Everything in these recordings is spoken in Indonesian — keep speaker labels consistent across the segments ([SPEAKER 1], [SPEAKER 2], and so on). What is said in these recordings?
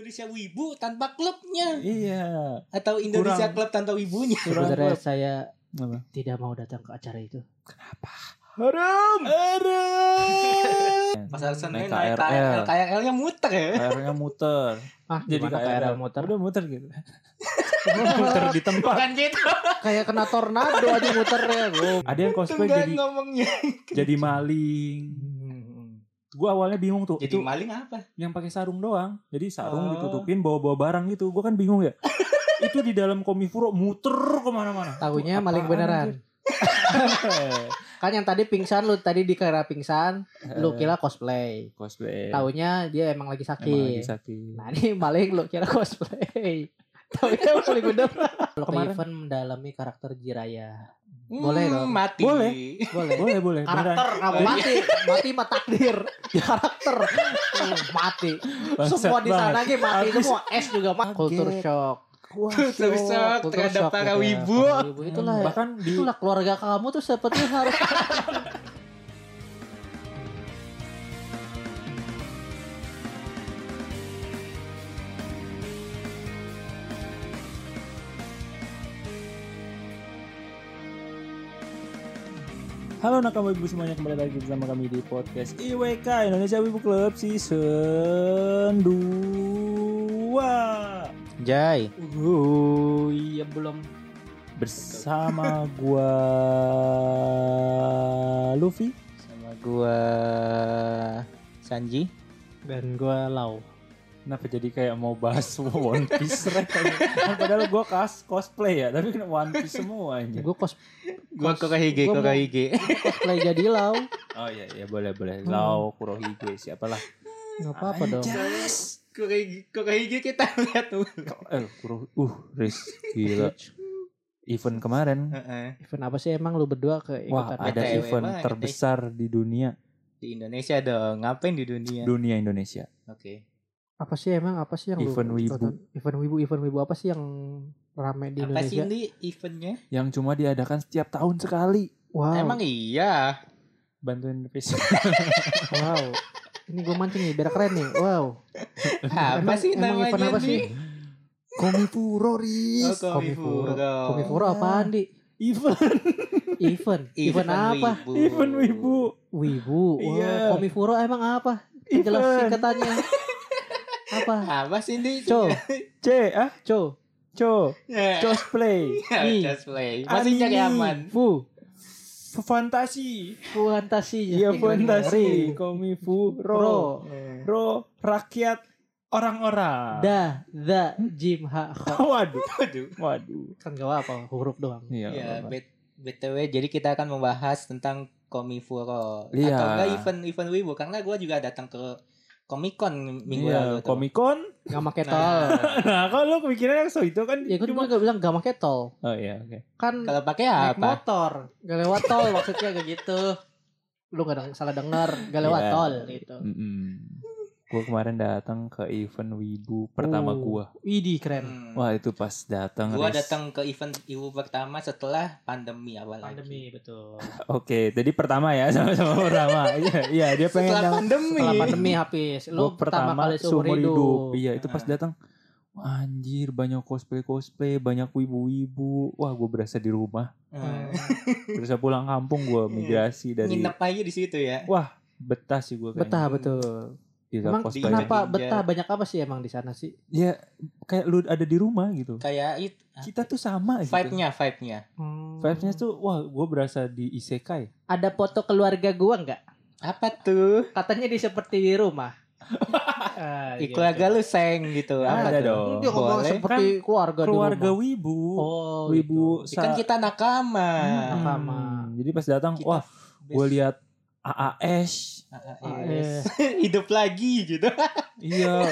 [SPEAKER 1] Indonesia Wibu tanpa klubnya.
[SPEAKER 2] Iya.
[SPEAKER 1] Atau Indonesia klub tanpa wibunya.
[SPEAKER 3] Sebenarnya saya
[SPEAKER 2] Apa?
[SPEAKER 3] tidak mau datang ke acara itu.
[SPEAKER 2] Kenapa?
[SPEAKER 1] Haram.
[SPEAKER 2] Haram.
[SPEAKER 1] Mas Arsan
[SPEAKER 2] Naik
[SPEAKER 1] naik
[SPEAKER 2] KRL.
[SPEAKER 1] KRL-nya muter ya.
[SPEAKER 2] KRL-nya muter.
[SPEAKER 3] Jadi
[SPEAKER 2] Jadi
[SPEAKER 3] KRL muter.
[SPEAKER 2] Udah muter gitu. Muter di tempat.
[SPEAKER 1] Bukan gitu.
[SPEAKER 3] Kayak kena tornado aja muternya.
[SPEAKER 2] Ada yang cosplay
[SPEAKER 1] Tunggu
[SPEAKER 2] jadi
[SPEAKER 1] ngomongnya.
[SPEAKER 2] jadi maling. Gua awalnya bingung tuh.
[SPEAKER 1] Jadi
[SPEAKER 2] itu
[SPEAKER 1] maling apa?
[SPEAKER 2] yang pakai sarung doang. Jadi sarung
[SPEAKER 1] Oh.
[SPEAKER 2] ditutupin bawa-bawa barang gitu. Gua kan bingung ya. Itu di dalam Komifuro muter kemana-mana.
[SPEAKER 3] Tahunya
[SPEAKER 2] Itu
[SPEAKER 3] maling
[SPEAKER 2] apaan,
[SPEAKER 3] beneran.
[SPEAKER 2] anjir?
[SPEAKER 3] Kan yang tadi pingsan lu tadi dikira pingsan, lu kira cosplay.
[SPEAKER 2] Cosplay.
[SPEAKER 3] Taunya dia emang lagi sakit.
[SPEAKER 2] Emang lagi sakit.
[SPEAKER 3] Nah ini maling lu kira cosplay. Taunya maling beneran. Kalau
[SPEAKER 2] Kemarin-
[SPEAKER 3] event mendalami karakter Jiraya. Boleh dong.
[SPEAKER 1] Mati.
[SPEAKER 2] Boleh.
[SPEAKER 3] Boleh.
[SPEAKER 2] Boleh.
[SPEAKER 3] Karakter
[SPEAKER 2] beneran.
[SPEAKER 3] mati mah takdir. Karakter mati.
[SPEAKER 2] Bangsat
[SPEAKER 3] Semua di sana
[SPEAKER 2] banget.
[SPEAKER 3] lagi mati
[SPEAKER 2] Habis-
[SPEAKER 3] semua. S juga mah. Culture shock.
[SPEAKER 1] Culture shock
[SPEAKER 3] Culture
[SPEAKER 1] terhadap
[SPEAKER 3] shock
[SPEAKER 1] para
[SPEAKER 3] gitu ya.
[SPEAKER 1] wibu.
[SPEAKER 3] Para wibu. Itulah keluarga kamu tuh seperti harus.
[SPEAKER 2] Halo nakama ibu semuanya, kembali lagi bersama kami di podcast IWK Indonesia Wibu Club Season 2
[SPEAKER 3] Jai. Iya belum.
[SPEAKER 2] bersama gua Luffy.
[SPEAKER 1] Sama gua Sanji.
[SPEAKER 3] Dan gua Lau.
[SPEAKER 2] Kenapa jadi kayak mau bahas One Piece kan padahal gua cosplay ya, tapi kena One Piece semua aja.
[SPEAKER 3] Gua
[SPEAKER 1] Gua Kokahige.
[SPEAKER 3] cosplay jadi Lau.
[SPEAKER 2] Oh iya boleh. Lau Kurohige siapalah.
[SPEAKER 3] Enggak apa-apa dong.
[SPEAKER 2] Anjas.
[SPEAKER 1] Kokahige kita lihat dulu.
[SPEAKER 2] Riz gila. Event kemarin.
[SPEAKER 3] Event apa sih emang lu berdua ke
[SPEAKER 2] Wah,
[SPEAKER 3] ikutan?
[SPEAKER 2] ada
[SPEAKER 1] BTW
[SPEAKER 2] event
[SPEAKER 1] banget,
[SPEAKER 2] terbesar di dunia.
[SPEAKER 1] Di Indonesia dong. Ngapain di dunia?
[SPEAKER 2] Dunia Indonesia.
[SPEAKER 1] Oke.
[SPEAKER 3] Apa sih yang
[SPEAKER 2] Event
[SPEAKER 3] lu
[SPEAKER 2] wibu.
[SPEAKER 3] tonton? Event wibu apa sih yang rame di
[SPEAKER 1] Apa sih
[SPEAKER 3] Indonesia?
[SPEAKER 1] ini eventnya?
[SPEAKER 2] Yang cuma diadakan setiap tahun sekali.
[SPEAKER 3] Wow.
[SPEAKER 1] Emang iya.
[SPEAKER 2] Bantuin Indonesia.
[SPEAKER 3] Wow. Ini gue mancing nih biar keren nih. Wow.
[SPEAKER 1] Apa sih
[SPEAKER 3] emang
[SPEAKER 1] namanya
[SPEAKER 3] event apa sih?
[SPEAKER 1] nih?
[SPEAKER 2] Komifuro, Riz.
[SPEAKER 3] Komifuro apaan di?
[SPEAKER 2] Event.
[SPEAKER 3] Event apa?
[SPEAKER 2] Event wibu.
[SPEAKER 3] Wibu. Wah,
[SPEAKER 2] Iya.
[SPEAKER 3] Komifuro emang apa? Jelas
[SPEAKER 2] Event.
[SPEAKER 3] singkatannya. Apa?
[SPEAKER 1] Apa sih ini?
[SPEAKER 3] Co. Co.
[SPEAKER 2] Cosplay.
[SPEAKER 1] Cosplay. Masih cari
[SPEAKER 2] Anime.
[SPEAKER 1] aman.
[SPEAKER 2] Fantasi.
[SPEAKER 3] Fantasi.
[SPEAKER 2] Iya fantasi. Komifuro. Ro rakyat orang-orang.
[SPEAKER 3] Jim ha.
[SPEAKER 2] Waduh.
[SPEAKER 3] Kan gak apa huruf doang.
[SPEAKER 2] Iya.
[SPEAKER 1] Ya,
[SPEAKER 2] apa-apa.
[SPEAKER 1] BTW jadi kita akan membahas tentang Komifuro.
[SPEAKER 2] Iya.
[SPEAKER 1] Atau enggak event Wibu, karena gue juga datang ke Comic Con minggu
[SPEAKER 2] Iya,
[SPEAKER 1] lalu tuh.
[SPEAKER 2] Comic Con.
[SPEAKER 3] Gak make tol.
[SPEAKER 2] Nah, kalau lu kepikiran yang so itu kan
[SPEAKER 3] Ya gue juga gak bilang gak make tol.
[SPEAKER 2] Oh iya, oke.
[SPEAKER 3] Kan
[SPEAKER 1] Kalau pakai
[SPEAKER 3] naik
[SPEAKER 1] apa?
[SPEAKER 3] motor. Gak lewat tol maksudnya kayak gitu. Lu gak salah denger. Gak lewat
[SPEAKER 2] Iya.
[SPEAKER 3] tol gitu.
[SPEAKER 2] Gue kemarin datang ke event Wibu pertama gua.
[SPEAKER 3] Widih keren.
[SPEAKER 2] Wah, itu pas datang.
[SPEAKER 1] Gua
[SPEAKER 2] Riz.
[SPEAKER 1] datang ke event Wibu pertama setelah pandemi awal
[SPEAKER 3] Pandemi betul.
[SPEAKER 2] Oke, jadi pertama ya sama-sama pertama. Iya, dia pengen
[SPEAKER 1] Setelah
[SPEAKER 2] yang
[SPEAKER 1] pandemi.
[SPEAKER 3] Setelah pandemi habis.
[SPEAKER 2] gua
[SPEAKER 3] Lu pertama kali seumur hidup.
[SPEAKER 2] Iya, itu pas datang. Wah, anjir, banyak cosplay, banyak wibu-wibu. Wah, gue berasa di rumah. Berasa pulang kampung gue migrasi dari.
[SPEAKER 1] Nginep aja di situ ya.
[SPEAKER 2] Wah, betah sih gue kayaknya.
[SPEAKER 3] Betah betul.
[SPEAKER 2] Gila,
[SPEAKER 3] Emang
[SPEAKER 2] cosplay.
[SPEAKER 3] kenapa
[SPEAKER 1] Jadi
[SPEAKER 3] betah banyak apa sih emang di sana sih?
[SPEAKER 2] Ya, kayak lu ada di rumah gitu.
[SPEAKER 1] Kayak itu
[SPEAKER 2] Kita tuh sama gitu.
[SPEAKER 1] vibe-nya.
[SPEAKER 2] Vibes-nya tuh, wah, gue berasa di isekai.
[SPEAKER 3] Ada foto keluarga gua nggak?
[SPEAKER 1] Apa tuh?
[SPEAKER 3] Katanya di seperti di rumah.
[SPEAKER 1] Keluarga lu seng gitu. Apa
[SPEAKER 2] Ada
[SPEAKER 1] tuh?
[SPEAKER 2] dong.
[SPEAKER 3] Dia ngomong
[SPEAKER 1] Boleh.
[SPEAKER 3] seperti keluarga di
[SPEAKER 2] Keluarga
[SPEAKER 3] rumah.
[SPEAKER 2] wibu.
[SPEAKER 3] Oh,
[SPEAKER 2] Wibu.
[SPEAKER 3] gitu.
[SPEAKER 1] Kan kita nakama.
[SPEAKER 3] Nakama.
[SPEAKER 2] Jadi pas datang,
[SPEAKER 1] Kita
[SPEAKER 2] wah, gue lihat AAS.
[SPEAKER 1] AAS. Hidup lagi gitu.
[SPEAKER 2] Iya.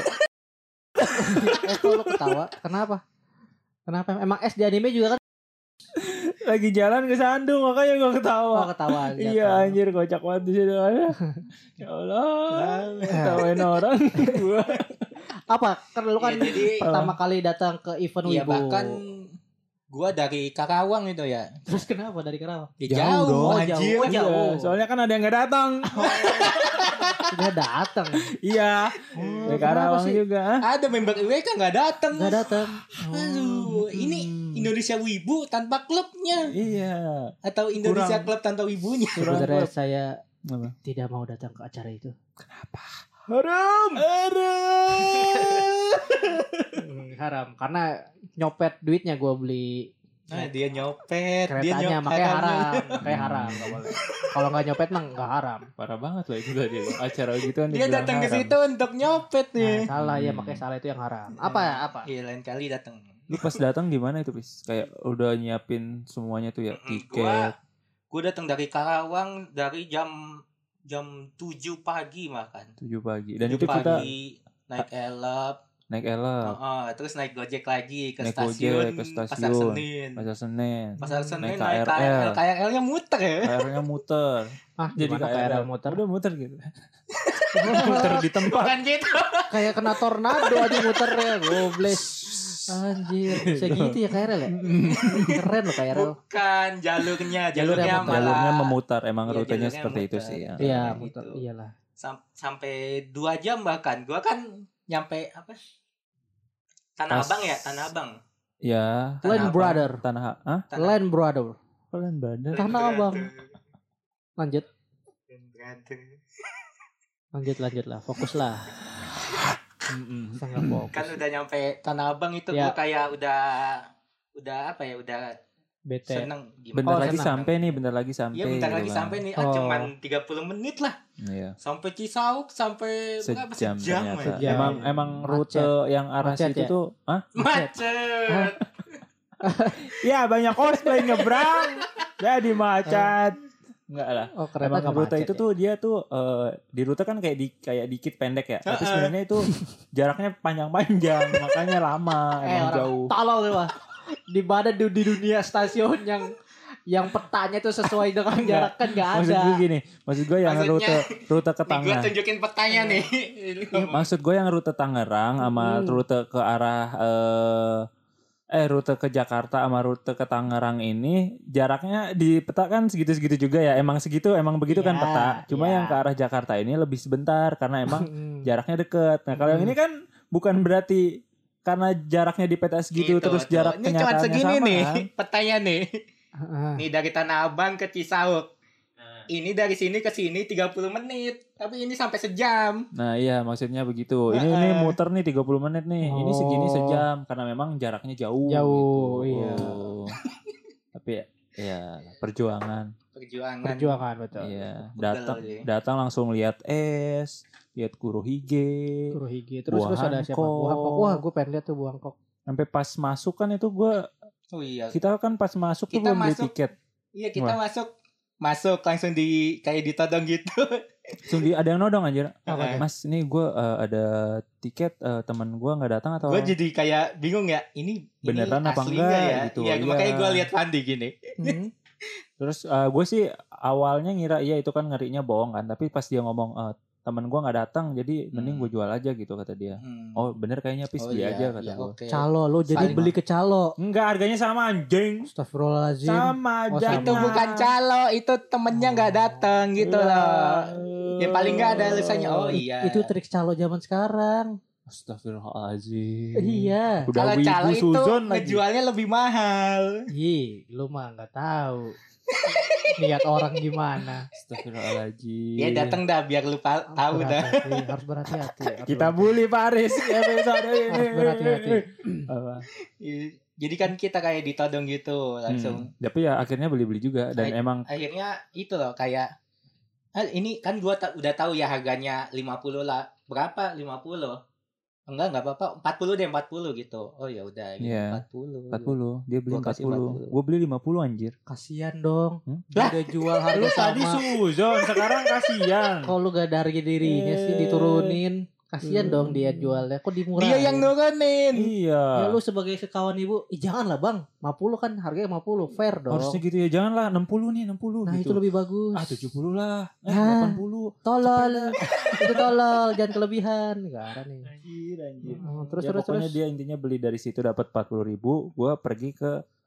[SPEAKER 3] Kok lu ketawa? Kenapa? Emang S di anime juga kan?
[SPEAKER 2] Lagi jalan ke Sandung, makanya gue ketawa.
[SPEAKER 3] Oh, ketawa aja.
[SPEAKER 2] Iya anjir, kocak banget di situ ada. Ya Allah, ketawain orang. Gua.
[SPEAKER 3] Apa? Kan lu kan
[SPEAKER 1] Ya, jadi-
[SPEAKER 3] pertama kali datang ke event
[SPEAKER 1] Iya,
[SPEAKER 3] Wibu.
[SPEAKER 1] bahkan gua dari Karawang itu ya.
[SPEAKER 3] Terus kenapa dari Karawang?
[SPEAKER 1] Ya,
[SPEAKER 2] Jauh
[SPEAKER 1] jauh,
[SPEAKER 2] dong.
[SPEAKER 1] anjir.
[SPEAKER 3] Oh, jauh.
[SPEAKER 2] Iya, soalnya kan ada yang gak datang.
[SPEAKER 3] Sudah datang.
[SPEAKER 2] Iya.
[SPEAKER 3] Oh,
[SPEAKER 2] Ya Karawang
[SPEAKER 3] sih?
[SPEAKER 2] juga.
[SPEAKER 1] Ada member IWK nggak datang.
[SPEAKER 3] Gak datang.
[SPEAKER 1] Aduh, ini Indonesia Wibu tanpa klubnya
[SPEAKER 2] Iya.
[SPEAKER 1] atau Indonesia
[SPEAKER 2] Kurang.
[SPEAKER 1] klub tanpa wibunya.
[SPEAKER 3] Sebenarnya saya
[SPEAKER 2] Apa?
[SPEAKER 3] tidak mau datang ke acara itu.
[SPEAKER 2] Haram.
[SPEAKER 3] Haram karena nyopet duitnya gue beli
[SPEAKER 1] Nah, dia nyopet,
[SPEAKER 3] keretanya, makanya haram, makanya haram nggak boleh. Kalau nggak nyopet mah nggak haram.
[SPEAKER 2] Parah banget loh itu tadi loh. Acara gitu kan
[SPEAKER 1] Dia datang ke situ untuk nyopet
[SPEAKER 3] Nah,
[SPEAKER 1] nih.
[SPEAKER 3] salah ya, makanya salah itu yang haram. Apa ya? Apa?
[SPEAKER 1] Iya, lain kali datang.
[SPEAKER 2] Lu pas datang gimana itu, Pis? Kayak udah nyiapin semuanya tuh ya, tiket.
[SPEAKER 1] Gua datang dari Karawang dari jam 7 pagi makan.
[SPEAKER 2] 7 pagi. Dan
[SPEAKER 1] 7
[SPEAKER 2] itu kita
[SPEAKER 1] pagi naik elep.
[SPEAKER 2] naik elep,
[SPEAKER 1] Terus naik Gojek lagi ke
[SPEAKER 2] Naik
[SPEAKER 1] stasiun,
[SPEAKER 2] Gojek ke stasiun.
[SPEAKER 1] Pasar Senin.
[SPEAKER 2] Pasar Senin.
[SPEAKER 1] Pasar Senin
[SPEAKER 2] Naik
[SPEAKER 1] naik
[SPEAKER 2] KRL.
[SPEAKER 1] KRL-nya muter ya.
[SPEAKER 2] KRL-nya muter.
[SPEAKER 3] Ah,
[SPEAKER 2] Jadi
[SPEAKER 3] gimana KRL muter?
[SPEAKER 2] Udah muter gitu. Muter di tempat.
[SPEAKER 1] Bukan gitu.
[SPEAKER 3] Kayak kena tornado aja muternya, gobles. Anjir, segitu ya KRL ya? Keren loh KRL.
[SPEAKER 1] Bukan jalurnya
[SPEAKER 3] Jalurnya muter.
[SPEAKER 1] malah
[SPEAKER 2] Jalurnya memutar, emang
[SPEAKER 1] Iya,
[SPEAKER 2] rutenya
[SPEAKER 1] jalurnya
[SPEAKER 2] seperti itu
[SPEAKER 1] muter.
[SPEAKER 2] sih ya.
[SPEAKER 3] Iya,
[SPEAKER 1] Gitu.
[SPEAKER 3] muter. Iyalah.
[SPEAKER 1] Sampai 2 jam bahkan. Gua kan nyampe apa? Tanah
[SPEAKER 2] Pas-
[SPEAKER 1] Abang ya, Tanah Abang.
[SPEAKER 2] Ya,
[SPEAKER 1] Tanah
[SPEAKER 3] Land
[SPEAKER 1] Abang.
[SPEAKER 3] Brother.
[SPEAKER 2] Tanah Hah?
[SPEAKER 1] Tanah-
[SPEAKER 3] Land Brother.
[SPEAKER 2] Kalian badan.
[SPEAKER 3] Tanah Abang. Lanjut. Lanjut lah. Fokus lah. Sangat fokus.
[SPEAKER 1] Kan udah nyampe Tanah Abang itu
[SPEAKER 3] Ya.
[SPEAKER 1] gua kayak udah apa ya, udah
[SPEAKER 3] Bete.
[SPEAKER 1] seneng
[SPEAKER 2] Bentar lagi
[SPEAKER 3] senang.
[SPEAKER 2] sampai nih, bentar lagi sampai.
[SPEAKER 1] Iya, bentar
[SPEAKER 2] gitu
[SPEAKER 1] lagi
[SPEAKER 2] kan.
[SPEAKER 1] sampai nih.
[SPEAKER 3] Oh.
[SPEAKER 1] Cuman 30 menit lah.
[SPEAKER 2] Iya.
[SPEAKER 1] Sampai Cisauk, sampai berapa?
[SPEAKER 2] Sejam ternyata.
[SPEAKER 3] Sejam.
[SPEAKER 2] Emang rute
[SPEAKER 3] Macet.
[SPEAKER 2] yang arah
[SPEAKER 3] Macet
[SPEAKER 2] situ
[SPEAKER 3] ya?
[SPEAKER 2] tuh,
[SPEAKER 1] Macet.
[SPEAKER 2] ya banyak cosplay nyebrang, jadi macet. Enggak lah.
[SPEAKER 3] Oh, kereta
[SPEAKER 2] Emang
[SPEAKER 3] nggak
[SPEAKER 2] rute
[SPEAKER 3] macet
[SPEAKER 2] itu
[SPEAKER 3] ya?
[SPEAKER 2] tuh dia tuh di rute kan kayak dikit pendek ya. Tapi sebenarnya itu jaraknya panjang-panjang, makanya lama, emang
[SPEAKER 3] orang
[SPEAKER 2] jauh.
[SPEAKER 3] tolol tuh, Pak. Di mana di dunia stasiun yang petanya tuh sesuai dengan jarak kan nggak
[SPEAKER 2] Maksud
[SPEAKER 3] ada.
[SPEAKER 2] gue gini, maksud gue yang
[SPEAKER 1] Maksudnya,
[SPEAKER 2] rute ke
[SPEAKER 1] Nih gue
[SPEAKER 2] Tangerang.
[SPEAKER 1] tunjukin petanya nih.
[SPEAKER 2] Maksud gue yang rute Tangerang sama rute ke arah rute ke Jakarta sama rute ke Tangerang ini jaraknya di peta kan segitu-segitu juga ya. Emang segitu, emang begitu kan
[SPEAKER 3] Ya,
[SPEAKER 2] peta. Cuma
[SPEAKER 3] ya.
[SPEAKER 2] yang ke arah Jakarta ini lebih sebentar karena emang jaraknya deket. Nah kalau yang ini kan bukan berarti karena jaraknya di peta segitu
[SPEAKER 1] Gitu,
[SPEAKER 2] terus
[SPEAKER 1] tuh.
[SPEAKER 2] jarak
[SPEAKER 1] Ini cuma
[SPEAKER 2] kenyataannya
[SPEAKER 1] segini
[SPEAKER 2] sama
[SPEAKER 1] nih
[SPEAKER 2] kan.
[SPEAKER 1] petanya nih.
[SPEAKER 3] Heeh.
[SPEAKER 1] Nih dari Tanah Abang ke Cisauk. Ini dari sini ke sini 30 menit. Tapi ini sampai sejam.
[SPEAKER 2] Nah iya maksudnya begitu. Ini muter nih 30 menit nih. Ini segini
[SPEAKER 3] Oh.
[SPEAKER 2] sejam karena memang jaraknya jauh.
[SPEAKER 3] Jauh,
[SPEAKER 2] gitu.
[SPEAKER 3] iya.
[SPEAKER 2] Tapi ya perjuangan.
[SPEAKER 3] Perjuangan betul.
[SPEAKER 2] Iya,
[SPEAKER 1] Pegel dia.
[SPEAKER 2] datang langsung lihat es, lihat kurohige.
[SPEAKER 3] Kurohige. Terus
[SPEAKER 2] Buah
[SPEAKER 3] ada siapa?
[SPEAKER 2] Hancock.
[SPEAKER 3] Buah Hancock. Wah, gue pengen lihat tuh Buah Hancock.
[SPEAKER 2] Sampai pas masuk kan itu
[SPEAKER 1] Oh iya.
[SPEAKER 2] kita kan pas masuk tuh
[SPEAKER 1] Kita
[SPEAKER 2] belum beli
[SPEAKER 1] masuk.
[SPEAKER 2] tiket.
[SPEAKER 1] Iya, kita masuk langsung kayak ditodong gitu.
[SPEAKER 2] Langsung ada yang nodong anjir.
[SPEAKER 1] Apa tuh?
[SPEAKER 2] Mas, ini gue ada tiket teman gue nggak datang atau
[SPEAKER 1] Gue jadi kayak bingung ya. Ini
[SPEAKER 2] Beneran apa
[SPEAKER 1] asli
[SPEAKER 2] enggak
[SPEAKER 1] ya?
[SPEAKER 2] gitu.
[SPEAKER 1] Iya,
[SPEAKER 2] Iya.
[SPEAKER 1] makanya gue lihat Fandi gini.
[SPEAKER 3] Hmm.
[SPEAKER 2] Terus gue sih awalnya ngira iya itu kan ngerinya bohong kan, tapi pas dia ngomong teman gue nggak datang jadi mending gue jual aja gitu kata dia. Oh bener kayaknya Pis beli aja kata gue.
[SPEAKER 1] Oke.
[SPEAKER 3] Calo lo jadi
[SPEAKER 1] Saling-
[SPEAKER 3] beli ke calo.
[SPEAKER 2] Enggak, harganya sama anjing.
[SPEAKER 3] Astagfirullahaladzim.
[SPEAKER 2] Sama
[SPEAKER 3] Oh,
[SPEAKER 2] aja.
[SPEAKER 3] sama.
[SPEAKER 1] Itu bukan calo, itu temennya nggak datang gitu loh. Ya paling nggak ada alasannya. Oh iya.
[SPEAKER 3] Itu trik calo zaman sekarang.
[SPEAKER 2] Astagfirullahaladzim.
[SPEAKER 3] Iya.
[SPEAKER 2] Udah
[SPEAKER 1] Kalau calo
[SPEAKER 2] wibu
[SPEAKER 1] itu
[SPEAKER 2] suzon lagi.
[SPEAKER 1] ngejualnya lebih mahal.
[SPEAKER 3] Ih, lu mah nggak tahu. Niat orang gimana.
[SPEAKER 2] Astagfirullahaladzim.
[SPEAKER 1] Ya datang dah biar lu tahu dah.
[SPEAKER 3] Harus berhati-hati. harus
[SPEAKER 2] Kita
[SPEAKER 3] berhati-hati.
[SPEAKER 2] bully Paris episode ini.
[SPEAKER 3] Harus berhati-hati.
[SPEAKER 2] Apa?
[SPEAKER 1] Jadi kan kita kayak ditodong gitu langsung.
[SPEAKER 2] Tapi ya akhirnya beli-beli juga dan emang
[SPEAKER 1] Akhirnya itu loh kayak ini kan gua udah tahu ya harganya 50 lah. Berapa? 50. Enggak apa-apa. 40 deh, 40 gitu. Oh ya udah gitu,
[SPEAKER 2] Iya.
[SPEAKER 1] 40.
[SPEAKER 2] 40. Dia beli
[SPEAKER 1] Gua kasih
[SPEAKER 2] 40. Gue beli 50 anjir.
[SPEAKER 3] Kasian dong.
[SPEAKER 1] Lah.
[SPEAKER 3] Udah jual harga
[SPEAKER 2] Lu
[SPEAKER 3] sama.
[SPEAKER 2] tadi suzon, sekarang kasihan.
[SPEAKER 3] Kalau lu gak ada harga dirinya sih diturunin. Kasian dong dia jualnya. Kok dimurahin?
[SPEAKER 1] Dia yang nurunin.
[SPEAKER 2] Iya.
[SPEAKER 3] Ya lu sebagai sekawan ibu, janganlah bang. 50 kan harganya 50. Fair dong.
[SPEAKER 2] Harusnya gitu ya. Janganlah 60 nih, 60
[SPEAKER 3] Nah
[SPEAKER 2] gitu.
[SPEAKER 3] itu lebih bagus.
[SPEAKER 2] 70 lah.
[SPEAKER 3] Nah.
[SPEAKER 2] 80.
[SPEAKER 3] Tolol. Itu tolol. Jangan kelebihan. Gak ada nih.
[SPEAKER 2] Anjir.
[SPEAKER 3] Terus
[SPEAKER 2] Ya,
[SPEAKER 3] terus
[SPEAKER 2] pokoknya
[SPEAKER 3] terus.
[SPEAKER 2] dia intinya beli dari situ dapat 40.000. Gue pergi ke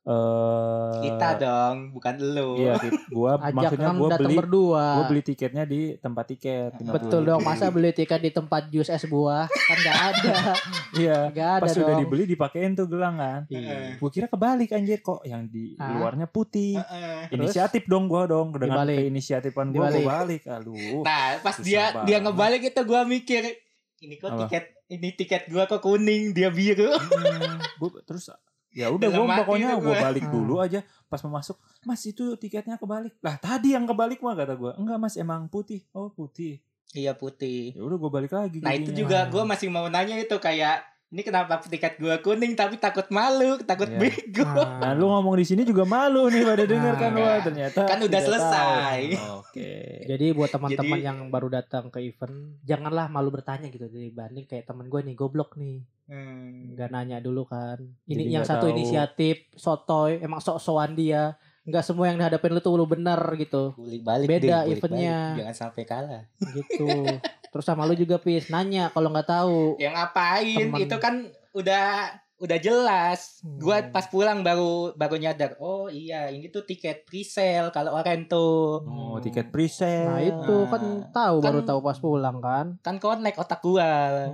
[SPEAKER 1] Kita dong, bukan lu.
[SPEAKER 2] Iya, maksudnya
[SPEAKER 3] kan
[SPEAKER 2] gue
[SPEAKER 3] datang berdua.
[SPEAKER 2] Gue beli tiketnya di tempat tiket.
[SPEAKER 3] Betul dong, masa beli tiket di tempat jus es buah kan nggak ada.
[SPEAKER 2] Iya.
[SPEAKER 3] Nggak ada
[SPEAKER 2] pas
[SPEAKER 3] dong.
[SPEAKER 2] udah dibeli dipakein tuh gelang kan. Gue kira kebalik anjir, kok yang di luarnya putih. Inisiatif dong gue dengan keinisiatifan gue balik. Aduh.
[SPEAKER 1] Nah pas dia ngebalik itu gue mikir ini kok tiket gue kok kuning, dia biru.
[SPEAKER 2] Terus ya udah gue pokoknya gue balik dulu aja. Pas mau masuk, Mas itu tiketnya kebalik. Lah tadi yang kebalik mah kata gue. Enggak Mas, emang putih. Oh putih.
[SPEAKER 1] Iya putih.
[SPEAKER 2] Ya udah gue balik lagi.
[SPEAKER 1] Nah itu juga gue masih mau nanya itu kayak ini kenapa tiket gue kuning tapi takut malu, takut bego.
[SPEAKER 2] Nah lu ngomong di sini juga malu nih pada denger kan. Wah ternyata
[SPEAKER 1] kan udah selesai.
[SPEAKER 2] Oke.
[SPEAKER 3] Jadi buat teman-teman yang baru datang ke event, janganlah malu bertanya gitu. Dibanding kayak teman gue nih goblok nih. Nggak nanya dulu kan. Ini jadi yang satu tahu. Inisiatif sotoy, emang sok-sokan dia. Nggak semua yang dihadapin lu tuh lu bener gitu. Beda eventnya.
[SPEAKER 1] Jangan sampai kalah.
[SPEAKER 3] Gitu. Terus sama lu juga Pis nanya kalau nggak tahu.
[SPEAKER 1] Yang ngapain? Itu kan udah jelas. Gua pas pulang baru nyadar. Oh iya, ini tuh tiket presale kalau Oren tuh.
[SPEAKER 2] Oh, tiket presale.
[SPEAKER 3] Nah, itu kan tahu baru tahu pas pulang kan.
[SPEAKER 1] Kan connect otak gua.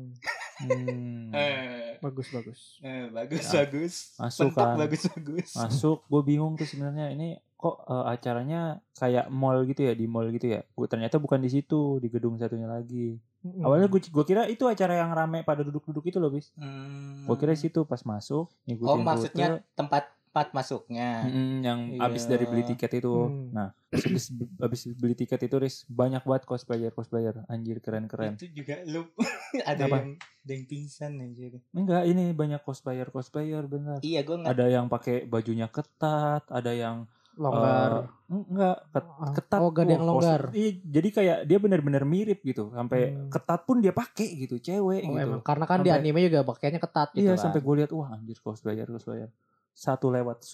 [SPEAKER 3] Bagus.
[SPEAKER 2] Masuk kan.
[SPEAKER 1] Bagus.
[SPEAKER 2] Masuk, gue bingung tuh sebenarnya ini kok acaranya kayak mall gitu ya, di mall gitu ya. Ternyata bukan di situ, di gedung satunya lagi. Awalnya gue kira itu acara yang rame pada duduk-duduk itu loh, Bis. Gue kira situ pas masuk, ngikutin
[SPEAKER 1] rute. Oh, maksudnya tempat masuknya.
[SPEAKER 2] Yang abis dari beli tiket itu. Nah, abis beli tiket itu banyak banget cosplayer. Anjir keren-keren.
[SPEAKER 1] Itu juga lu ada yang pingsan anjir.
[SPEAKER 2] Enggak, ini banyak cosplayer bener.
[SPEAKER 1] Iya, gue
[SPEAKER 2] ada yang pakai bajunya ketat, ada yang
[SPEAKER 3] longgar.
[SPEAKER 2] Ketat.
[SPEAKER 3] Oh, gak ada yang longgar.
[SPEAKER 2] Iya, jadi kayak dia benar-benar mirip gitu. Sampai ketat pun dia pakai gitu, cewek gitu.
[SPEAKER 3] Emang. Karena kan di anime juga pakainya ketat gitu.
[SPEAKER 2] Iya,
[SPEAKER 3] kan.
[SPEAKER 2] sampai gue lihat wah anjir cosplayer. Satu lewat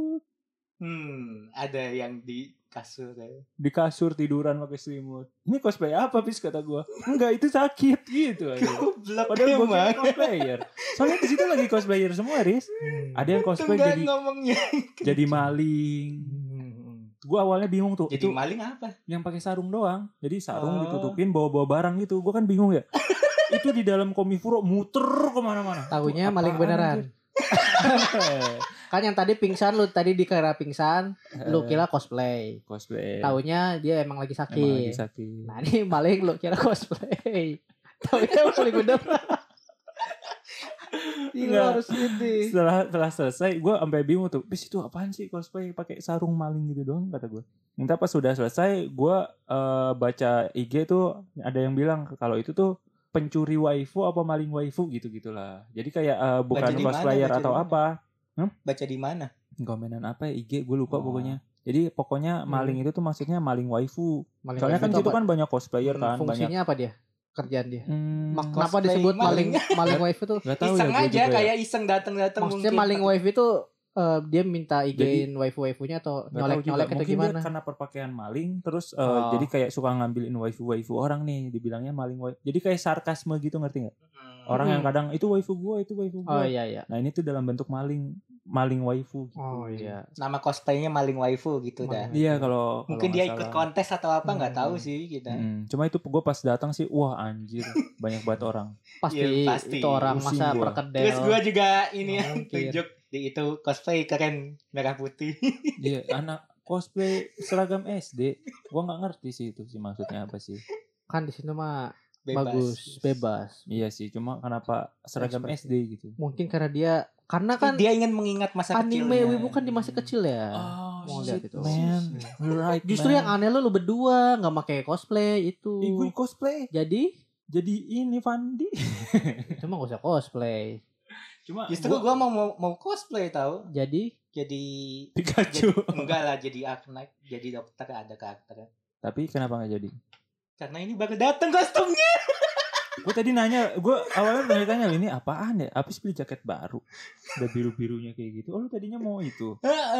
[SPEAKER 1] ada yang di kasur ya.
[SPEAKER 2] Di kasur tiduran pakai selimut. Ini cosplay apa Pis kata gue? Enggak, itu sakit gitu aja. Padahal gue kira cosplayer. Soalnya di situ lagi cosplayer semua, Riz. Ada yang cosplay jadi maling. Gue awalnya bingung tuh.
[SPEAKER 1] Jadi maling apa?
[SPEAKER 2] Yang pakai sarung doang. Jadi sarung ditutupin bawa barang gitu. Gue kan bingung ya. Itu di dalam Komifuro muter kemana-mana.
[SPEAKER 3] Tahunya maling beneran. Kan yang tadi pingsan lu tadi dikira pingsan, lu kira cosplay. Taunya dia emang lagi sakit. Nah, ini maling lu kira cosplay. Taunya maling beneran. Harus ini.
[SPEAKER 2] Setelah selesai, gue sampai bingung tuh. Bis itu apaan sih cosplay pakai sarung maling gitu doang kata gue. Entah pas sudah selesai, gue baca IG tuh ada yang bilang kalau itu tuh pencuri waifu apa maling waifu gitu-gitulah. Jadi kayak bukan cosplayer atau apa.
[SPEAKER 1] Baca di mana?
[SPEAKER 2] Komenan apa ya IG gue lupa pokoknya. Jadi pokoknya maling itu tuh maksudnya maling waifu. Soalnya kan situ kan banyak cosplayer kan.
[SPEAKER 3] Fungsinya apa dia? Kerjaan dia.
[SPEAKER 1] Kenapa disebut maling waifu tuh? Iseng aja kayak iseng datang-datang.
[SPEAKER 3] Maksudnya maling waifu itu dia minta IG-in waifu-waifunya atau nyolek-nyolek atau gimana?
[SPEAKER 2] Mungkin karena perpakaian maling terus jadi kayak suka ngambilin waifu-waifu orang nih, dibilangnya maling waifu. Jadi kayak sarkasme gitu, ngerti enggak? Orang yang kadang itu waifu gua.
[SPEAKER 3] Oh iya.
[SPEAKER 2] Nah, ini tuh dalam bentuk maling waifu gitu.
[SPEAKER 3] Oh iya.
[SPEAKER 1] Nama cosplaynya maling waifu gitu dah.
[SPEAKER 2] Iya, kalau
[SPEAKER 1] mungkin dia ikut kontes atau apa enggak tahu sih kita.
[SPEAKER 2] Cuma itu gua pas datang sih wah anjir, banyak banget orang.
[SPEAKER 3] Pasti. Itu orang masa perkedel.
[SPEAKER 1] Terus gua juga ini yang tunjuk di itu cosplay keren merah putih.
[SPEAKER 2] Iya, anak cosplay seragam SD. Gua enggak ngerti sih itu sih maksudnya apa sih.
[SPEAKER 3] Kan di sini mah bebas.
[SPEAKER 2] Iya sih, cuma kenapa seragam SD gitu?
[SPEAKER 3] Mungkin karena kan
[SPEAKER 1] dia ingin mengingat masa kecilnya.
[SPEAKER 3] Anime wibu kan di masa kecil ya.
[SPEAKER 2] Oh,
[SPEAKER 3] lihat itu.
[SPEAKER 2] Man. Right,
[SPEAKER 3] justru yang aneh lu berdua enggak pakai cosplay itu.
[SPEAKER 2] Gue cosplay.
[SPEAKER 3] Jadi
[SPEAKER 2] ini Fandi.
[SPEAKER 3] Cuma enggak usah cosplay.
[SPEAKER 1] Cuma justru gua mau cosplay tahu.
[SPEAKER 3] Jadi
[SPEAKER 2] Pikachu.
[SPEAKER 1] Enggak lah, jadi Arknight, jadi dokter ada karakternya.
[SPEAKER 2] Tapi kenapa enggak jadi?
[SPEAKER 1] Karena ini baru datang kostumnya.
[SPEAKER 2] Gue tadi nanya, gue awalnya tanya ini apaan ya? Apis beli jaket baru, udah biru-birunya kayak gitu. Oh lu tadinya mau itu?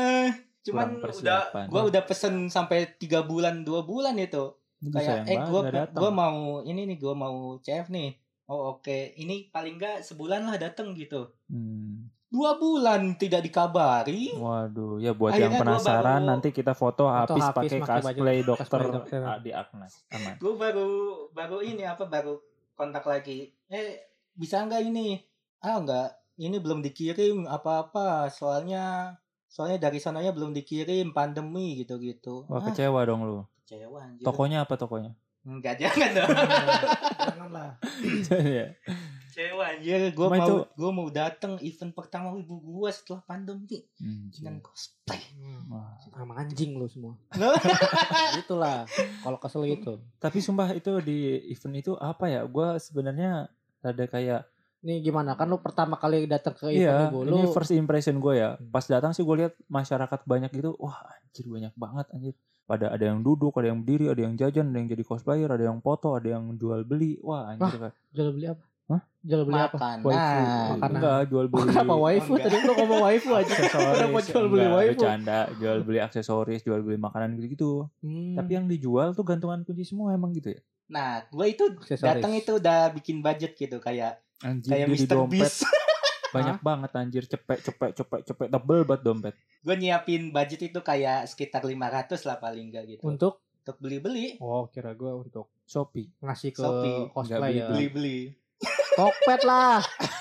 [SPEAKER 1] Cuman udah pesen sampai 3 bulan 2 bulan itu. Kayak gue mau ini nih, gue mau CF nih. Oh oke. Ini paling enggak sebulan lah datang gitu. 2 bulan tidak dikabari.
[SPEAKER 2] Waduh, ya buat
[SPEAKER 1] Akhirnya
[SPEAKER 2] yang penasaran
[SPEAKER 1] gua baru-
[SPEAKER 2] nanti kita foto habis
[SPEAKER 3] habis
[SPEAKER 2] pakai
[SPEAKER 3] pakai baju
[SPEAKER 2] cosplay dokter
[SPEAKER 3] cosplay dokter.
[SPEAKER 2] di Agnes. Aman.
[SPEAKER 1] Gue baru ini baru kontak lagi. Bisa nggak ini? Nggak. Ini belum dikirim apa-apa. Soalnya dari sananya belum dikirim, pandemi gitu-gitu.
[SPEAKER 2] Wah, kecewa dong lu.
[SPEAKER 1] Kecewa anjir.
[SPEAKER 2] Tokonya apa tokonya?
[SPEAKER 1] Enggak, jangan dong.
[SPEAKER 3] Janganlah.
[SPEAKER 2] Ya.
[SPEAKER 1] Kecewa anjir. Gue
[SPEAKER 2] Cuma
[SPEAKER 1] mau datang event pertama ibu gue setelah pandemi dengan cosplay.
[SPEAKER 2] Wah.
[SPEAKER 3] Sama anjing lu semua. Itulah kalau kesel gitu.
[SPEAKER 2] Tapi sumpah itu di event itu apa ya? Gue sebenarnya ada kayak
[SPEAKER 3] Nih gimana kan lu pertama kali datang ke
[SPEAKER 2] iya,
[SPEAKER 3] event
[SPEAKER 2] ini
[SPEAKER 3] lu
[SPEAKER 2] first impression gue ya. Pas datang sih gue lihat masyarakat banyak gitu. Wah, anjir banyak banget anjir. Ada yang duduk, ada yang berdiri, ada yang jajan, ada yang jadi cosplayer, ada yang foto, ada yang jual beli. Wah, anjir kan.
[SPEAKER 3] jual beli apa?
[SPEAKER 2] Hah?
[SPEAKER 3] Jual beli apa?
[SPEAKER 1] Makanan.
[SPEAKER 3] Makanan.
[SPEAKER 2] Enggak, jual beli.
[SPEAKER 3] Kenapa waifu?
[SPEAKER 1] Enggak.
[SPEAKER 3] Tadi lu ngomong waifu aja. Kenapa jual beli
[SPEAKER 2] Enggak,
[SPEAKER 3] waifu?
[SPEAKER 2] bercanda, jual beli aksesoris, jual beli makanan gitu-gitu. Tapi yang dijual tuh gantungan kunci semua emang gitu ya.
[SPEAKER 1] Nah, gue itu
[SPEAKER 3] Aksesoris.
[SPEAKER 1] datang itu udah bikin budget gitu kayak
[SPEAKER 2] Anjir
[SPEAKER 1] kayak
[SPEAKER 2] dia di
[SPEAKER 1] Mr.
[SPEAKER 2] dompet
[SPEAKER 1] Beast.
[SPEAKER 2] banyak banget anjir, cepet tebel banget dompet.
[SPEAKER 1] Gue nyiapin budget itu kayak sekitar 500 lah paling enggak gitu.
[SPEAKER 3] Untuk
[SPEAKER 1] Beli-beli.
[SPEAKER 3] oh kira gue untuk
[SPEAKER 2] Shopee.
[SPEAKER 3] ngasih ke
[SPEAKER 1] Shopee.
[SPEAKER 3] cosplay ya.
[SPEAKER 1] Beli-beli.
[SPEAKER 3] Tokped lah.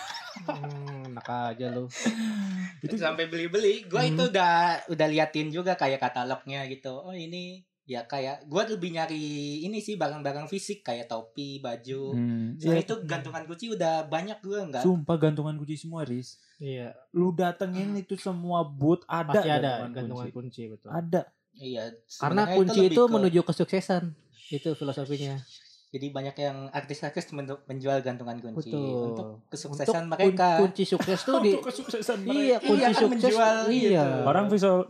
[SPEAKER 3] Enak aja lu.
[SPEAKER 1] Itu sampai beli-beli. Gue itu udah liatin juga kayak katalognya gitu. Oh ini ya kayak gue lebih nyari ini sih barang-barang fisik kayak topi, baju. Soalnya itu gantungan kunci udah banyak gue enggak.
[SPEAKER 2] Sumpah gantungan kunci semua, Riz.
[SPEAKER 3] Iya.
[SPEAKER 2] Lu datengin itu semua booth ada
[SPEAKER 3] Pasti ada
[SPEAKER 2] gantungan
[SPEAKER 3] gantungan
[SPEAKER 2] kunci.
[SPEAKER 3] kunci betul.
[SPEAKER 2] Ada.
[SPEAKER 1] Iya.
[SPEAKER 3] Karena
[SPEAKER 1] sebenarnya
[SPEAKER 3] kunci
[SPEAKER 1] lebih
[SPEAKER 3] itu
[SPEAKER 1] ke-
[SPEAKER 3] menuju kesuksesan. Itu filosofinya.
[SPEAKER 1] Jadi banyak yang artis-artis menjual gantungan kunci
[SPEAKER 3] Betul.
[SPEAKER 1] untuk kesuksesan
[SPEAKER 3] Untuk
[SPEAKER 1] mereka.
[SPEAKER 3] kunci sukses tuh di
[SPEAKER 2] kesuksesan
[SPEAKER 3] iya, kunci
[SPEAKER 1] Iya, kan
[SPEAKER 3] sukses
[SPEAKER 1] menjual
[SPEAKER 3] iya.
[SPEAKER 1] gitu.
[SPEAKER 2] Orang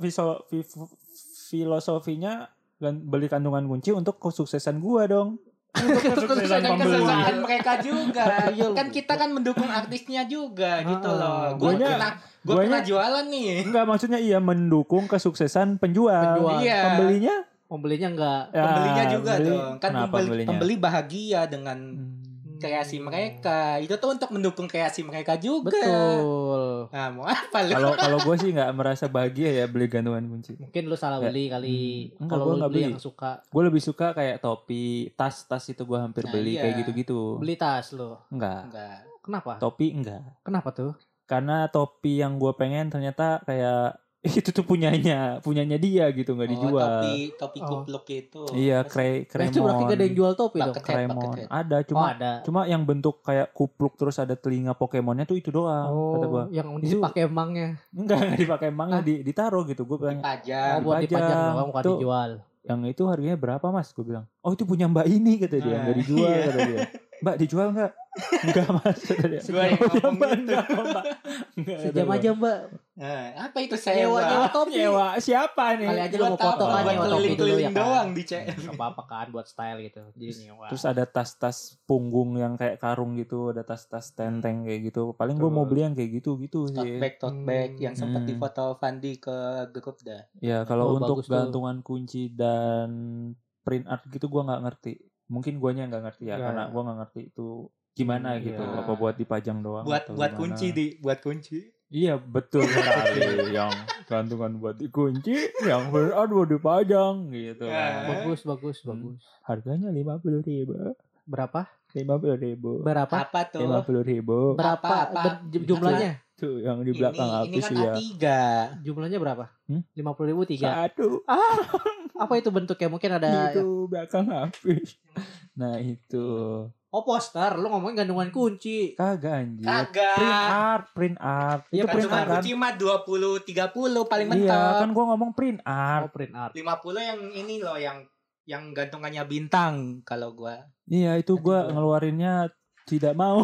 [SPEAKER 2] filosofinya beli kantungan kunci untuk kesuksesan gua dong.
[SPEAKER 3] Kesuksesan
[SPEAKER 2] pembeli.
[SPEAKER 1] Kesuksesan mereka juga.
[SPEAKER 3] Iya.
[SPEAKER 1] Kan kita kan mendukung artisnya juga gitu loh.
[SPEAKER 2] Guanya-
[SPEAKER 1] Gue pernah jualan nih.
[SPEAKER 2] Enggak, maksudnya iya mendukung kesuksesan penjual.
[SPEAKER 3] Penjual.
[SPEAKER 1] Iya.
[SPEAKER 2] Pembelinya
[SPEAKER 3] Pembelinya enggak.
[SPEAKER 2] ya,
[SPEAKER 1] Pembelinya juga
[SPEAKER 2] beli-
[SPEAKER 1] dong. Kan
[SPEAKER 2] kenapa pembelinya?
[SPEAKER 1] pembeli bahagia dengan kreasi
[SPEAKER 3] Hmm.
[SPEAKER 1] mereka. Itu tuh untuk mendukung kreasi mereka juga.
[SPEAKER 3] Betul.
[SPEAKER 1] Nah, mau apa lu?
[SPEAKER 2] Kalau gue sih nggak merasa bahagia ya beli gantungan kunci.
[SPEAKER 3] Mungkin lu salah beli kali.
[SPEAKER 2] Enggak,
[SPEAKER 3] Kalau
[SPEAKER 2] gua
[SPEAKER 3] lu
[SPEAKER 2] nggak
[SPEAKER 3] beli
[SPEAKER 2] beli.
[SPEAKER 3] yang suka
[SPEAKER 2] Gue lebih suka kayak topi, tas itu gue hampir
[SPEAKER 1] Nah,
[SPEAKER 2] beli
[SPEAKER 1] iya.
[SPEAKER 2] kayak gitu-gitu.
[SPEAKER 3] beli tas lu.
[SPEAKER 2] Enggak,
[SPEAKER 1] Enggak.
[SPEAKER 3] Kenapa?
[SPEAKER 2] topi enggak.
[SPEAKER 3] Kenapa tuh?
[SPEAKER 2] Karena topi yang gue pengen ternyata kayak itu tuh punyanya dia gitu, nggak dijual.
[SPEAKER 1] Topi
[SPEAKER 3] Oh.
[SPEAKER 1] kupluk itu.
[SPEAKER 2] Iya,
[SPEAKER 3] Nah, itu berarti gak ada yang jual topi dong.
[SPEAKER 1] Bucket hat,
[SPEAKER 2] Kremon.
[SPEAKER 1] bucket hat.
[SPEAKER 2] Ada,
[SPEAKER 3] Oh, ada.
[SPEAKER 2] cuma yang bentuk kayak kupluk terus ada telinga Pokemonnya tuh itu doang kata gua.
[SPEAKER 3] Yang
[SPEAKER 2] Itu-
[SPEAKER 3] dipakai emangnya.
[SPEAKER 2] Enggak dipakai emangnya ditaruh gitu. Gue bilang
[SPEAKER 1] Dipajang.
[SPEAKER 3] Buat dipajang
[SPEAKER 2] dipajang.
[SPEAKER 3] doang bukan
[SPEAKER 2] Tuh.
[SPEAKER 3] dijual.
[SPEAKER 2] yang itu harganya berapa mas? Gue bilang, oh itu punya mbak ini kata dia, nggak dijual
[SPEAKER 1] Iya.
[SPEAKER 2] kata dia. Mbak dijual nggak? Enggak mas kata dia.
[SPEAKER 1] Gua yang
[SPEAKER 2] "Oh, ya,
[SPEAKER 1] ngomong
[SPEAKER 2] Mbak,
[SPEAKER 1] gitu.
[SPEAKER 2] enggak, Mbak." Enggak,
[SPEAKER 3] Sejam
[SPEAKER 2] kata gua.
[SPEAKER 3] aja mbak.
[SPEAKER 1] Nah, apa itu
[SPEAKER 3] Nyewa
[SPEAKER 1] sewa?
[SPEAKER 3] topi.
[SPEAKER 2] Nyewa siapa nih?
[SPEAKER 3] Kali aja lu
[SPEAKER 1] Buat
[SPEAKER 3] mau foto
[SPEAKER 1] apa?
[SPEAKER 3] kan
[SPEAKER 1] Buat
[SPEAKER 3] nyewa topi dulu ya
[SPEAKER 1] keliling-keliling
[SPEAKER 3] kan.
[SPEAKER 1] doang di CM.
[SPEAKER 3] Gak apa-apa kan buat style gitu. Jadi nyewa.
[SPEAKER 2] Terus ada tas-tas punggung yang kayak karung gitu, ada tas-tas tenteng kayak gitu. Paling gue mau beli yang kayak gitu sih.
[SPEAKER 1] Tote bag yang sempat
[SPEAKER 2] Hmm.
[SPEAKER 1] difoto Fandi ke grup dah.
[SPEAKER 2] Ya kalau
[SPEAKER 3] Oh,
[SPEAKER 2] untuk
[SPEAKER 3] bagus tuh.
[SPEAKER 2] gantungan kunci dan print art gitu gue nggak ngerti. Mungkin guanya nggak ngerti ya,
[SPEAKER 3] Nggak.
[SPEAKER 2] karena gue nggak ngerti itu gimana
[SPEAKER 3] Iya.
[SPEAKER 2] gitu. Apa buat dipajang doang?
[SPEAKER 1] Buat
[SPEAKER 2] atau
[SPEAKER 1] buat
[SPEAKER 2] gimana?
[SPEAKER 1] kunci buat kunci.
[SPEAKER 2] Iya betul sekali. Yang gantungan buat dikunci, yang print art buat dipajang gitu.
[SPEAKER 1] Ya.
[SPEAKER 2] kan.
[SPEAKER 3] Bagus.
[SPEAKER 2] Harganya 50.000.
[SPEAKER 3] Berapa?
[SPEAKER 2] 50.000.
[SPEAKER 3] Berapa?
[SPEAKER 1] Apa tuh?
[SPEAKER 2] 50.000.
[SPEAKER 3] Berapa?
[SPEAKER 1] Apa?
[SPEAKER 3] Jumlahnya?
[SPEAKER 2] Tuh yang di belakang
[SPEAKER 1] ini
[SPEAKER 2] habis
[SPEAKER 1] kan
[SPEAKER 2] ya.
[SPEAKER 1] A3.
[SPEAKER 3] Jumlahnya berapa? 50.000 3.
[SPEAKER 2] Satu.
[SPEAKER 3] Apa itu bentuknya? Mungkin ada
[SPEAKER 2] Itu belakang habis. Nah itu.
[SPEAKER 3] oh poster. Lu ngomongin gantungan kunci.
[SPEAKER 2] Kagak anjir.
[SPEAKER 1] Kagak.
[SPEAKER 2] Print art.
[SPEAKER 3] Iya,
[SPEAKER 2] Itu print
[SPEAKER 1] Gantungan
[SPEAKER 2] art kan?
[SPEAKER 1] kunci mah 20 30 paling
[SPEAKER 2] Iya,
[SPEAKER 1] mentok.
[SPEAKER 2] kan gua ngomong print
[SPEAKER 3] Oh
[SPEAKER 2] art.
[SPEAKER 3] print art.
[SPEAKER 1] 50 yang ini loh yang gantungannya bintang kalau gua.
[SPEAKER 2] Iya, itu gua
[SPEAKER 1] Aduh.
[SPEAKER 2] ngeluarinnya tidak mau.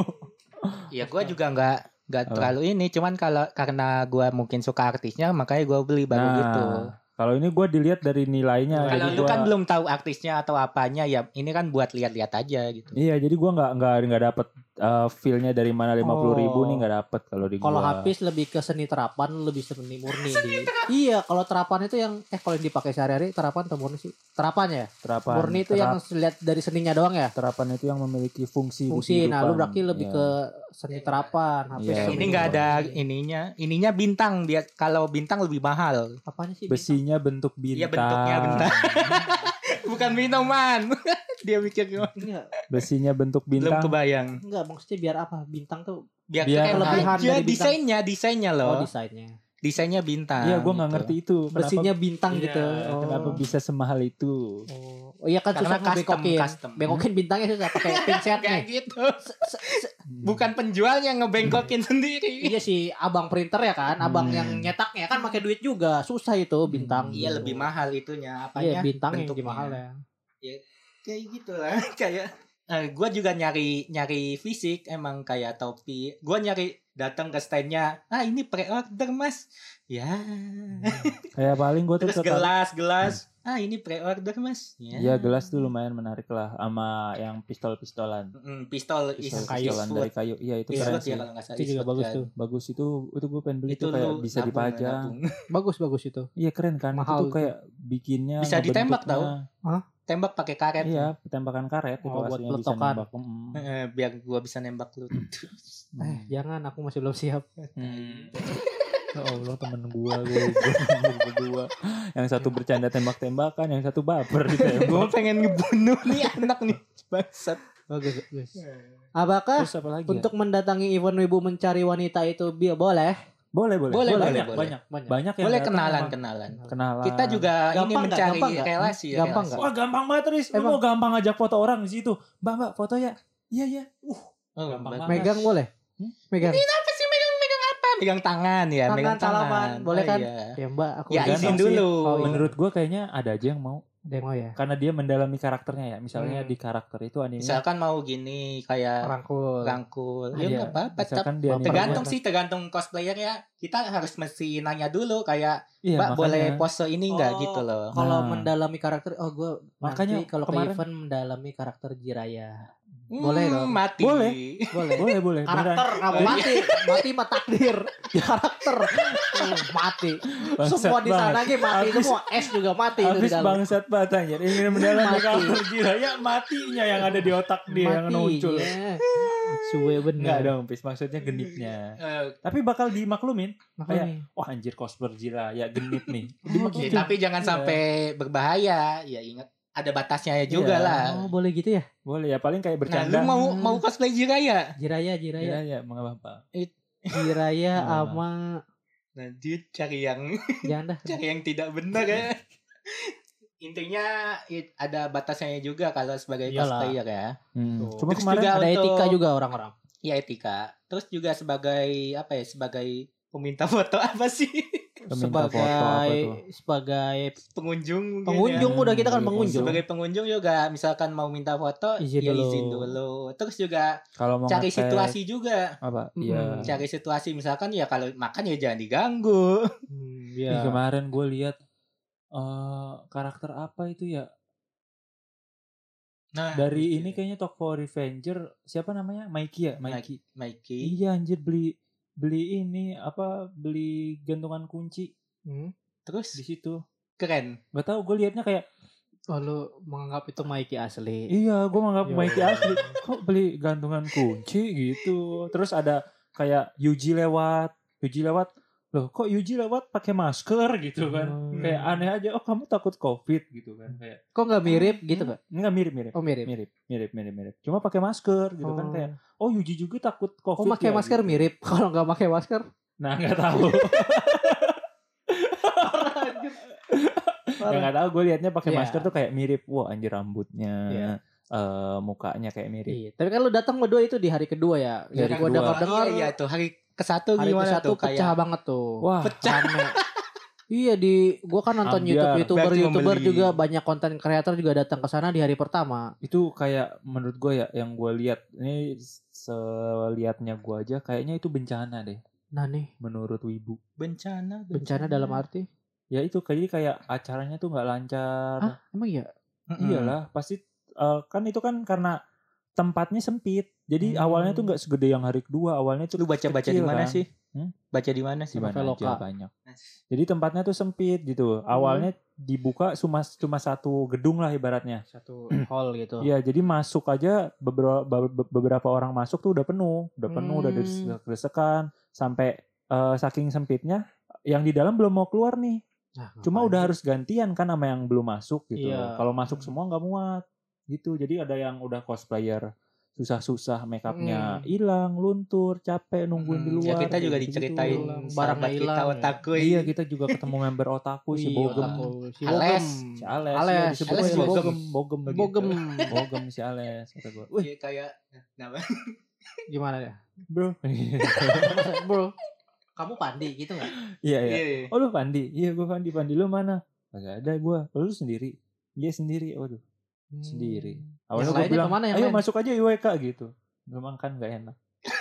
[SPEAKER 1] Iya, gua juga nggak
[SPEAKER 2] Apa?
[SPEAKER 1] terlalu ini, cuman kalau karena gua mungkin suka artisnya makanya gua beli baru
[SPEAKER 2] Nah,
[SPEAKER 1] gitu.
[SPEAKER 2] Kalau ini gua dilihat dari nilainya.
[SPEAKER 1] Kalau
[SPEAKER 2] jadi
[SPEAKER 1] lu
[SPEAKER 2] gua-
[SPEAKER 1] kan belum tahu artisnya atau apanya ya, ini kan buat lihat-lihat aja gitu.
[SPEAKER 2] Iya, jadi gua nggak dapet feel-nya dari mana 50.000 nih nggak dapet kalau di
[SPEAKER 3] Kalau
[SPEAKER 2] gua.
[SPEAKER 3] Hafiz lebih ke seni terapan, lebih seni murni Iya, kalau terapan itu yang kalau yang dipakai sehari-hari terapan atau murni sih? Terapan ya?
[SPEAKER 2] Terapan.
[SPEAKER 3] Murni itu yang lihat dari seninya doang ya?
[SPEAKER 2] Terapan itu yang memiliki fungsi.
[SPEAKER 3] Nah, lu berarti lebih ke seni terapan.
[SPEAKER 2] Iya.
[SPEAKER 1] Ini nggak ada ininya bintang. Dia kalau bintang lebih mahal.
[SPEAKER 3] Apanya sih?
[SPEAKER 2] Besinya bentuk bintang.
[SPEAKER 1] Iya, bentuknya bintang. Bukan minuman. Dia mikir gimana?
[SPEAKER 3] Enggak.
[SPEAKER 2] Besinya bentuk bintang.
[SPEAKER 1] Belum kebayang.
[SPEAKER 3] Enggak, maksudnya biar apa? Bintang tuh
[SPEAKER 1] Biar
[SPEAKER 3] kelebihan
[SPEAKER 1] aja
[SPEAKER 3] dari bintang.
[SPEAKER 1] desainnya loh.
[SPEAKER 3] Desainnya.
[SPEAKER 1] Desainnya bintang.
[SPEAKER 2] Iya, gue nggak
[SPEAKER 1] gitu.
[SPEAKER 2] ngerti itu.
[SPEAKER 3] Besinya bintang
[SPEAKER 2] Iya,
[SPEAKER 3] gitu.
[SPEAKER 2] Kenapa bisa semahal itu?
[SPEAKER 3] Oh iya kan
[SPEAKER 1] Karena
[SPEAKER 3] susah ngebengokin.
[SPEAKER 1] custom.
[SPEAKER 3] Bengokin bintangnya susah pakai pinset
[SPEAKER 1] Kayak
[SPEAKER 3] nih.
[SPEAKER 1] gitu. Bukan penjualnya ngebengkokin sendiri.
[SPEAKER 3] Iya sih, abang printer ya kan, abang yang nyetaknya kan pakai duit juga, susah itu bintang.
[SPEAKER 1] Iya, lebih mahal itunya apanya?
[SPEAKER 3] Iya, bintangnya
[SPEAKER 1] bentuknya.
[SPEAKER 3] lebih mahal ya.
[SPEAKER 1] Ya, kayak gitulah. Kayak gue juga nyari fisik emang kayak topi. Gue nyari datang ke standnya. Ini pre-order mas. Ya.
[SPEAKER 2] Kayak paling gue tuh
[SPEAKER 1] Terus gelas. Ini pre-order mas.
[SPEAKER 2] Iya, gelas tuh lumayan menarik lah sama yang pistol-pistolan.
[SPEAKER 1] Pistol
[SPEAKER 2] Pistolan dari kayu. Iya, itu keren sih.
[SPEAKER 1] Ya, kalau nggak salah.
[SPEAKER 3] Itu juga bagus
[SPEAKER 1] kan.
[SPEAKER 3] tuh.
[SPEAKER 2] Bagus itu gue pengen beli
[SPEAKER 1] Itu
[SPEAKER 2] tuh kayak bisa dipajang.
[SPEAKER 3] Bagus itu.
[SPEAKER 2] Iya, keren kan.
[SPEAKER 3] Mahal
[SPEAKER 2] itu tuh kayak bikinnya
[SPEAKER 1] bisa ditembak tau.
[SPEAKER 2] Hah?
[SPEAKER 1] Tembak pakai karet.
[SPEAKER 2] Iya, tembakan karet itu
[SPEAKER 3] buat
[SPEAKER 2] aslinya bisa
[SPEAKER 3] peletokan.
[SPEAKER 2] nembak.
[SPEAKER 1] Biar gua bisa nembak lu.
[SPEAKER 3] Jangan, aku masih belum siap.
[SPEAKER 2] Ya Allah, temen gua berdua. Yang satu bercanda tembak-tembakan, yang satu baper ditembak.
[SPEAKER 1] Gua pengen ngebunuh nih anak nih. Bangsat.
[SPEAKER 3] Bagus. Apakah
[SPEAKER 2] Terus apa lagi
[SPEAKER 3] untuk mendatangi event Wibu mencari wanita itu boleh?
[SPEAKER 2] Boleh.
[SPEAKER 1] Banyak.
[SPEAKER 2] Banyak yang
[SPEAKER 1] Boleh
[SPEAKER 2] datang,
[SPEAKER 1] kenalan.
[SPEAKER 2] kenalan.
[SPEAKER 1] Kita juga
[SPEAKER 3] Gampang
[SPEAKER 1] ini mencari
[SPEAKER 3] nggak?
[SPEAKER 1] relasi ya.
[SPEAKER 3] Gampang
[SPEAKER 1] relasi.
[SPEAKER 3] nggak?
[SPEAKER 2] Wah, gampang banget, Riz. Lu mau gampang ngajak foto orang di situ. Mbak, foto ya. Iya.
[SPEAKER 1] Gampang banget.
[SPEAKER 3] Megang boleh? Megang.
[SPEAKER 1] Ini apa sih megang apa? Megang tangan ya, megang
[SPEAKER 3] salaman. Boleh kan?
[SPEAKER 1] Iya.
[SPEAKER 3] Ya Mbak, aku
[SPEAKER 1] Ya izin dulu.
[SPEAKER 2] Menurut gua kayaknya ada aja yang mau.
[SPEAKER 3] demo ya.
[SPEAKER 2] Karena dia mendalami karakternya ya. Misalnya di karakter itu anime.
[SPEAKER 1] Misalkan mau gini kayak rangkul. Ya enggak apa-apa.
[SPEAKER 2] Misalkan dia
[SPEAKER 1] Tergantung cosplayer ya. Kita harus mesti nanya dulu kayak,
[SPEAKER 2] makanya.
[SPEAKER 1] Mbak boleh pose ini enggak gitu loh.
[SPEAKER 3] Kalau mendalami karakter, gue
[SPEAKER 2] makanya
[SPEAKER 3] kalau ke
[SPEAKER 2] kemarin
[SPEAKER 3] event mendalami karakter Jiraya. Boleh dong.
[SPEAKER 1] Mati.
[SPEAKER 2] Boleh.
[SPEAKER 3] Karakter mati mah takdir. Karakter mati.
[SPEAKER 2] Bangsat
[SPEAKER 3] Semua di sana
[SPEAKER 2] banget.
[SPEAKER 3] mati semua. S juga mati itu di
[SPEAKER 2] Habis
[SPEAKER 3] dalam.
[SPEAKER 2] bangsat banget anjir. Ingin mendalami karakter Jiraya, matinya yang ada di otak dia yang muncul.
[SPEAKER 3] Suwe bener.
[SPEAKER 2] Enggak dong, Pis. Maksudnya genitnya. Tapi bakal dimaklumin. Kayak, wah anjir cosplayer Jiraya genit nih.
[SPEAKER 1] Tapi jangan sampai berbahaya. Ya ingat ada batasnya ya juga lah.
[SPEAKER 3] Oh, boleh gitu ya?
[SPEAKER 2] Boleh ya, paling kayak bercanda.
[SPEAKER 1] Nah, lu mau cosplay Jiraya?
[SPEAKER 3] Jiraya.
[SPEAKER 2] Mengapa?
[SPEAKER 3] Jiraya sama
[SPEAKER 1] Nah, dia cari yang
[SPEAKER 3] jangan dah.
[SPEAKER 1] cari yang tidak benar ya. Intinya ada batasnya juga kalau sebagai cosplayer ya.
[SPEAKER 2] Cuma
[SPEAKER 1] Terus
[SPEAKER 2] kemarin
[SPEAKER 1] juga
[SPEAKER 3] ada etika juga orang-orang.
[SPEAKER 1] Iya, etika. Terus juga sebagai apa ya? Sebagai peminta foto apa sih?
[SPEAKER 3] Sebagai
[SPEAKER 1] pengunjung
[SPEAKER 3] ya. Udah kita kan pengunjung.
[SPEAKER 1] Sebagai pengunjung juga misalkan mau minta foto izin dulu. Terus juga
[SPEAKER 2] kalau mau
[SPEAKER 1] cari situasi juga.
[SPEAKER 2] Apa? Iya.
[SPEAKER 1] Cari situasi misalkan ya kalau makan ya jangan diganggu.
[SPEAKER 2] Kemarin gue lihat karakter apa itu ya?
[SPEAKER 1] Nah,
[SPEAKER 2] dari ini kayaknya Toko Revenger siapa namanya? Mikey ya?
[SPEAKER 1] Mikey.
[SPEAKER 2] Iya anjir beli ini beli gantungan kunci
[SPEAKER 1] terus
[SPEAKER 2] di situ
[SPEAKER 1] keren.
[SPEAKER 2] Gak tahu, gue liatnya kayak
[SPEAKER 3] lu menganggap itu Mikey asli.
[SPEAKER 2] Iya, gue menganggap Mikey asli. Kok beli gantungan kunci gitu. Terus ada kayak Yuji lewat loh, kok Yuji lewat pakai masker gitu kan. Kayak aneh aja. Oh, kamu takut COVID gitu kan. Kayak
[SPEAKER 3] kok nggak mirip gitu kan?
[SPEAKER 2] Enggak mirip.
[SPEAKER 3] Oh, mirip.
[SPEAKER 2] Cuma pakai masker gitu kan, kayak oh Yuji juga takut COVID.
[SPEAKER 3] Oh, pakai masker gitu. Mirip. Kalau nggak pakai masker,
[SPEAKER 2] nah nggak tahu. Nggak tahu, gue liatnya pakai masker tuh kayak mirip. Wah anjir, rambutnya, mukanya kayak mirip.
[SPEAKER 3] Iya. Tapi kan lu datang berdua itu di hari kedua ya.
[SPEAKER 2] Dari
[SPEAKER 3] gua dengar.
[SPEAKER 1] Iya tuh hari ke-1 gimana tuh?
[SPEAKER 3] Pecah banget tuh.
[SPEAKER 2] Wah,
[SPEAKER 1] pecah.
[SPEAKER 3] Iya, gua kan nonton YouTuber juga, banyak konten kreator juga datang ke sana di hari pertama.
[SPEAKER 2] Itu kayak menurut gue ya, yang gue lihat ini selihatnya gue aja kayaknya itu bencana deh.
[SPEAKER 3] Nah nih,
[SPEAKER 2] menurut Wibu.
[SPEAKER 3] Bencana dalam arti?
[SPEAKER 2] Ya itu kayak acaranya tuh nggak lancar.
[SPEAKER 3] Hah? Emang iya?
[SPEAKER 2] Iyalah, pasti kan itu kan karena tempatnya sempit. Jadi awalnya tuh nggak segede yang hari kedua. Awalnya tuh
[SPEAKER 1] lu baca di mana sih? Baca di mana sih?
[SPEAKER 2] Di mana aja banyak. Jadi tempatnya tuh sempit gitu. Awalnya dibuka cuma satu gedung lah ibaratnya.
[SPEAKER 3] Satu hall gitu.
[SPEAKER 2] Iya, jadi masuk aja beberapa orang masuk tuh udah penuh, udah desekan sampai saking sempitnya yang di dalam belum mau keluar nih. Nah, cuma udah harus gantian kan sama yang belum masuk gitu. Iya. Kalau masuk semua nggak muat gitu. Jadi ada yang udah cosplayer susah-susah make upnya hilang, luntur, capek nungguin di luar.
[SPEAKER 1] Ya kita juga diceritain barangnya kita otaku.
[SPEAKER 2] Iya, kita juga ketemu member otaku si Bogem.
[SPEAKER 3] Si Ales.
[SPEAKER 2] Bogem si Ales kata gue.
[SPEAKER 1] Wih, kayak nama.
[SPEAKER 3] Gimana ya?
[SPEAKER 2] Bro.
[SPEAKER 3] Bro. Kamu Pandi gitu enggak?
[SPEAKER 2] Iya. Oh lu Pandi? Iya gue Pandi. Pandi lu mana? Enggak ada gue. Lu sendiri? Iya sendiri. Waduh. Sendiri. Awalnya gue bilang, ayo masuk aja IWK gitu. Memang kan gak enak.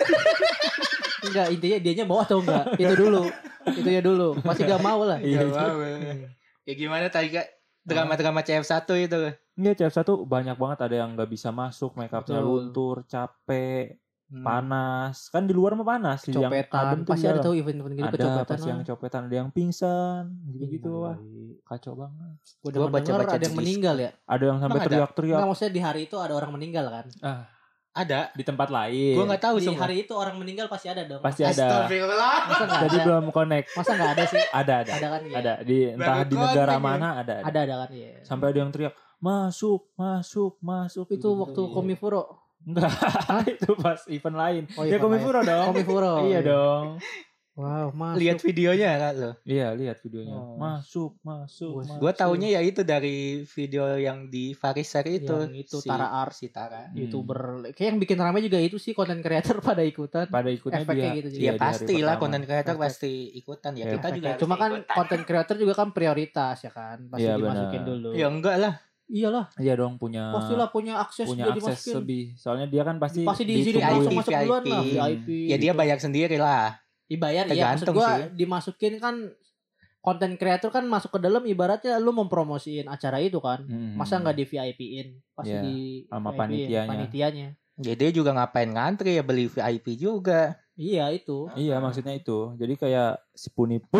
[SPEAKER 3] Enggak, intinya dianya mau atau enggak? Itu dulu. Pasti gak mau lah.
[SPEAKER 1] Iya, mau. Ya gimana tadi Kak? Drama-drama CF1 itu.
[SPEAKER 2] Iya, CF1 banyak banget. Ada yang gak bisa masuk, make upnya luntur, capek, panas. Kan di luar mah panas.
[SPEAKER 3] Copetan. Pasti ada tahu event-event gitu kecopetan.
[SPEAKER 2] Ada pasti yang copetan, ada yang pingsan. Gitu wah. Kacau banget.
[SPEAKER 3] Gue baca ada yang meninggal ya.
[SPEAKER 2] Ada yang sampai teriak-teriak.
[SPEAKER 3] Enggak, maksudnya di hari itu ada orang meninggal kan?
[SPEAKER 1] Ada
[SPEAKER 2] di tempat lain.
[SPEAKER 1] Gue nggak tahu
[SPEAKER 3] di hari itu orang meninggal pasti ada dong.
[SPEAKER 2] Pasti ada.
[SPEAKER 1] Astagfirullah.
[SPEAKER 2] Jadi belum connect.
[SPEAKER 3] Masa nggak ada sih?
[SPEAKER 2] Ada
[SPEAKER 3] kan? Ya?
[SPEAKER 2] Ada di entah di negara mana ada.
[SPEAKER 3] Ada kan? Iya.
[SPEAKER 2] Sampai ada yang teriak masuk.
[SPEAKER 3] Itu gitu, waktu ya. Komifuro.
[SPEAKER 2] Enggak. Itu pas event lain.
[SPEAKER 3] Ya
[SPEAKER 2] Komifuro dong. Iya dong.
[SPEAKER 3] Wow, masuk.
[SPEAKER 1] Lihat videonya kan lo?
[SPEAKER 2] Iya, lihat videonya. Masuk.
[SPEAKER 1] Gue taunya ya itu dari video yang di Fariser itu.
[SPEAKER 3] Yang itu si Tara Art,
[SPEAKER 1] si Tara.
[SPEAKER 3] YouTuber. Kayak yang bikin ramai juga itu sih konten creator pada ikutan.
[SPEAKER 2] Efeknya
[SPEAKER 3] dia. Gitu.
[SPEAKER 1] Ya pastilah konten creator pasti ikutan ya. Kita juga.
[SPEAKER 3] Cuma kan konten creator juga kan prioritas ya kan. Pasti dimasukin dulu.
[SPEAKER 1] Ya enggak lah.
[SPEAKER 3] Iyalah.
[SPEAKER 2] Iya dong punya
[SPEAKER 3] akses
[SPEAKER 2] lebih. Soalnya dia kan pasti
[SPEAKER 3] diizinin langsung masuk duluan lah VIP.
[SPEAKER 1] Ya dia bayar sendiri lah.
[SPEAKER 3] Dibayar ya, maksud gue dimasukin kan konten kreator kan masuk ke dalam ibaratnya lu mempromosiin acara itu kan. Masa nggak di VIP-in pasti di
[SPEAKER 2] sama
[SPEAKER 3] panitianya.
[SPEAKER 1] Ya dia juga ngapain ngantri ya beli VIP juga.
[SPEAKER 3] Iya itu.
[SPEAKER 2] Iya maksudnya itu. Jadi kayak si Punipun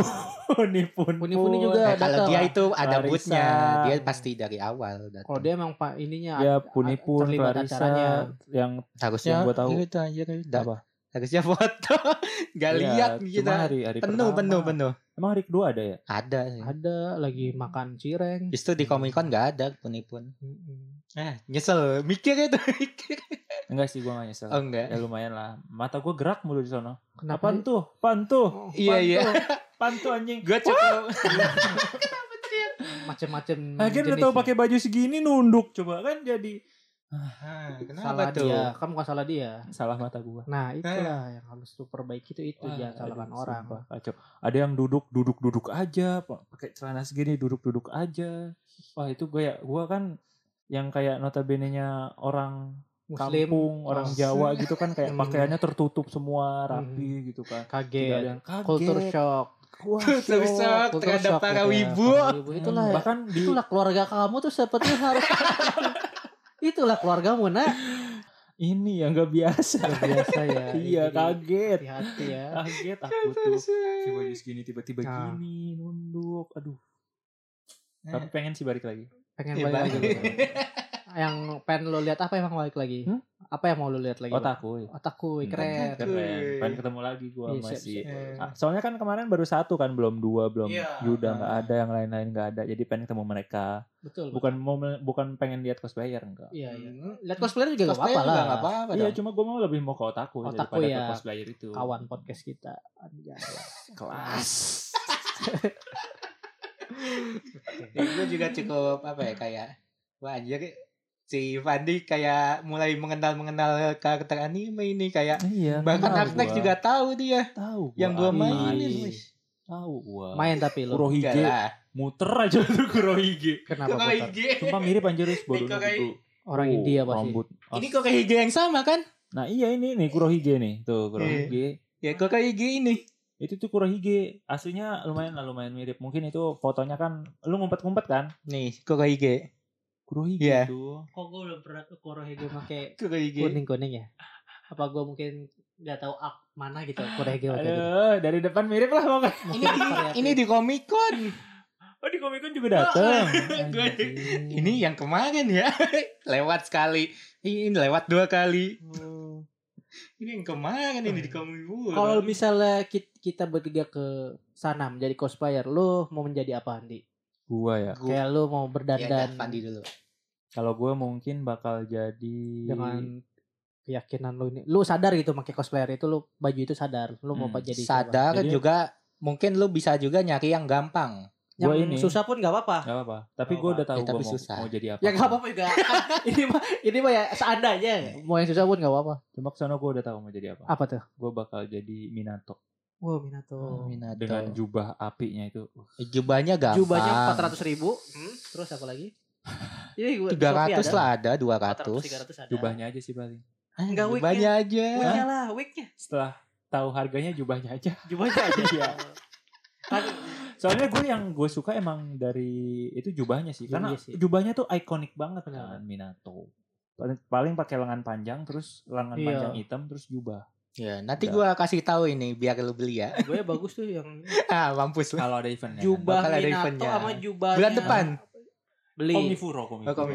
[SPEAKER 3] juga
[SPEAKER 1] kalau dia itu ada booth-nya, dia pasti dari awal datang.
[SPEAKER 3] Kalau dia emang ininya
[SPEAKER 2] ya Punipun Clarissa yang
[SPEAKER 1] harusnya
[SPEAKER 2] gue tahu
[SPEAKER 1] itu aja apa? Harusnya foto. Gak lihat gitu.
[SPEAKER 2] Hari
[SPEAKER 1] penuh.
[SPEAKER 2] Emang hari kedua ada ya?
[SPEAKER 1] Ada sih.
[SPEAKER 3] Ada lagi makan cireng.
[SPEAKER 1] Justru di Comic Con gak ada Punipun. Nyesel mikir itu.
[SPEAKER 2] Enggak sih gue gak nyesel.
[SPEAKER 1] Oh enggak.
[SPEAKER 2] Ya lumayan lah. Mata gue gerak mulu di sana.
[SPEAKER 3] Kenapa?
[SPEAKER 2] Pantu.
[SPEAKER 1] Iya.
[SPEAKER 2] Pantu anjing.
[SPEAKER 1] Gue cukup.
[SPEAKER 3] Macem-macem.
[SPEAKER 2] Akhirnya udah tahu pakai baju segini nunduk coba kan jadi.
[SPEAKER 3] Salah tuh? Dia, kamu bukan salah dia.
[SPEAKER 2] Salah mata gua.
[SPEAKER 3] Nah itulah yang harus lu perbaiki itu jangan salahkan orang.
[SPEAKER 2] Kacau. Ada yang duduk aja, pakai celana segini duduk aja. Wah itu gua kan yang kayak notabene-nya orang Muslim, kampung, orang Jawa gitu kan kayak pakaiannya tertutup semua rapi gitu kan.
[SPEAKER 3] Kaget. Culture shock.
[SPEAKER 1] Culture shock terhadap para wibu.
[SPEAKER 3] Itulah keluarga kamu tuh seperti harus. Itulah keluargamu nak.
[SPEAKER 2] Ini yang gak biasa.
[SPEAKER 3] Ya.
[SPEAKER 2] Iya kaget.
[SPEAKER 3] Hati-hati ya.
[SPEAKER 2] Kaget aku tuh. Baju segini tiba-tiba gini nunduk. Aduh. Tapi pengen sih balik lagi.
[SPEAKER 3] Pengen balik lagi. Yang pengen lo lihat apa emang balik lagi? Apa yang mau lo lihat lagi? Otaku keren.
[SPEAKER 2] Pengen ketemu lagi gue masih. Soalnya kan kemarin baru satu kan, belum dua, belum Yuda nggak ada, yang lain-lain nggak ada. Jadi pengen ketemu mereka.
[SPEAKER 3] Betul.
[SPEAKER 2] Bukan pengen lihat cosplayer enggak.
[SPEAKER 3] Iya. Lihat cosplayer juga nggak apa-apa lah.
[SPEAKER 1] Nggak apa-apa.
[SPEAKER 2] Iya, cuma gue mau lebih mau ke otaku daripada ke cosplayer itu.
[SPEAKER 3] Kawan podcast kita.
[SPEAKER 2] Kelas.
[SPEAKER 1] Gue juga cukup apa ya kayak wah anjir. Si Fandi kayak mulai mengenal karakter anime ini kayak bahkan Artek juga tahu dia.
[SPEAKER 2] Tahu.
[SPEAKER 1] Yang gua mainin.
[SPEAKER 2] Tahu gua.
[SPEAKER 3] Main tapi lo.
[SPEAKER 2] Kurohige. Muter aja tuh Kurohige.
[SPEAKER 3] Kenapa
[SPEAKER 1] Kurohige?
[SPEAKER 2] Sumpah mirip anjir bodoh itu.
[SPEAKER 3] Orang India pasti.
[SPEAKER 1] Ini Kurohige yang sama kan?
[SPEAKER 2] Nah, iya ini nih Kurohige nih. Tuh Kurohige.
[SPEAKER 1] Ya Kurohige ini.
[SPEAKER 2] Itu tuh Kurohige. Aslinya lumayan mirip. Mungkin itu fotonya kan lu ngumpet-ngumpet kan?
[SPEAKER 1] Nih, Kurohige.
[SPEAKER 2] Kurohige tuh.
[SPEAKER 3] Kok gue belum pernah Kurohige pakai
[SPEAKER 1] Kurohige
[SPEAKER 3] kuning ya? Apa gue mungkin nggak tahu mana gitu Kurege gitu.
[SPEAKER 2] Aduh, dari depan mirip lah pokoknya.
[SPEAKER 1] Ini di Comic Con.
[SPEAKER 2] Oh di Comic Con juga dateng.
[SPEAKER 1] Ini yang kemarin ya. Lewat sekali. Ini lewat 2 kali. Ini yang kemarin ini di Comic Con.
[SPEAKER 3] Kalau misalnya kita bertiga ke sana menjadi cosplayer, lu mau menjadi apa, Andi?
[SPEAKER 2] Gua ya.
[SPEAKER 3] Kayak lu mau berdandan.
[SPEAKER 1] Ya, Andi dulu.
[SPEAKER 2] Kalau gue mungkin bakal jadi
[SPEAKER 3] Dengan keyakinan lu ini. Lu sadar gitu pakai cosplayer itu, lu baju itu sadar. Lu mau jadi
[SPEAKER 1] sadar
[SPEAKER 3] apa?
[SPEAKER 1] juga mungkin lu bisa juga nyari yang gampang.
[SPEAKER 3] Yang
[SPEAKER 2] ini
[SPEAKER 3] susah pun gak apa-apa.
[SPEAKER 2] Gak apa-apa. Tapi gue udah tahu gue mau jadi apa.
[SPEAKER 3] Ya gak apa-apa juga. ini mah ya seandainya. Mau yang susah pun gak apa-apa.
[SPEAKER 2] Cuma kesana gue udah tahu mau jadi apa.
[SPEAKER 3] Apa tuh?
[SPEAKER 2] Gue bakal jadi Minato.
[SPEAKER 3] Wow, Minato.
[SPEAKER 2] Dengan jubah apinya itu.
[SPEAKER 1] Jubahnya gampang.
[SPEAKER 3] Jubahnya 400.000. Terus apa lagi? Ini
[SPEAKER 1] 300 lah ada
[SPEAKER 3] 400, 300 ada.
[SPEAKER 1] 200.
[SPEAKER 2] Jubahnya aja sih paling.
[SPEAKER 3] Enggak
[SPEAKER 1] jubahnya aja.
[SPEAKER 3] Wignya lah, wignya.
[SPEAKER 2] Setelah tahu harganya jubahnya aja.
[SPEAKER 3] Jubahnya aja.
[SPEAKER 2] Iya. Soalnya yang gue suka emang dari itu jubahnya sih. Karena jubahnya tuh ikonik banget kan Minato. Paling pakai lengan panjang terus lengan panjang hitam terus jubah.
[SPEAKER 1] Ya, nanti gue kasih tahu ini biar lu beli ya.
[SPEAKER 3] Gue bagus tuh yang
[SPEAKER 1] mampus lu.
[SPEAKER 2] Kalau ada eventnya.
[SPEAKER 3] Jubah
[SPEAKER 1] ada
[SPEAKER 3] Minato
[SPEAKER 1] eventnya.
[SPEAKER 3] sama jubahnya.
[SPEAKER 1] Bulan depan.
[SPEAKER 3] Beli.
[SPEAKER 2] Komifuro.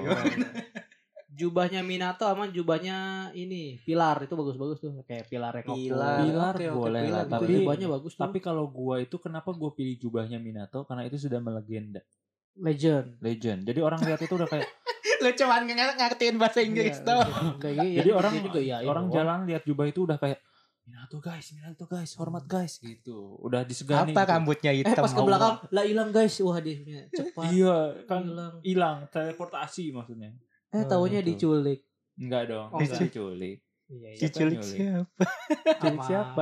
[SPEAKER 3] Jubahnya Minato sama jubahnya ini Pilar itu bagus-bagus tuh kayak Pilar
[SPEAKER 2] Pilar boleh lah. Tapi
[SPEAKER 3] jubahnya bagus tuh.
[SPEAKER 2] Tapi kalau gua itu kenapa gua pilih jubahnya Minato karena itu sudah melegenda.
[SPEAKER 3] Legend.
[SPEAKER 2] Jadi orang lihat itu udah kayak
[SPEAKER 1] lu cuman ngertiin bahasa Inggris tuh.
[SPEAKER 2] Jadi orang jalan lihat jubah itu udah kayak Minato guys, hormat guys gitu. Udah disegani.
[SPEAKER 1] Apa gitu. Rambutnya hitam.
[SPEAKER 3] Pas ke belakang lah hilang guys. Wah dia cepat.
[SPEAKER 2] Iya, kan hilang teleportasi maksudnya.
[SPEAKER 3] Taunya diculik.
[SPEAKER 2] Enggak dong. Diculik.
[SPEAKER 1] Iya. Diculik siapa?
[SPEAKER 2] Diculik siapa?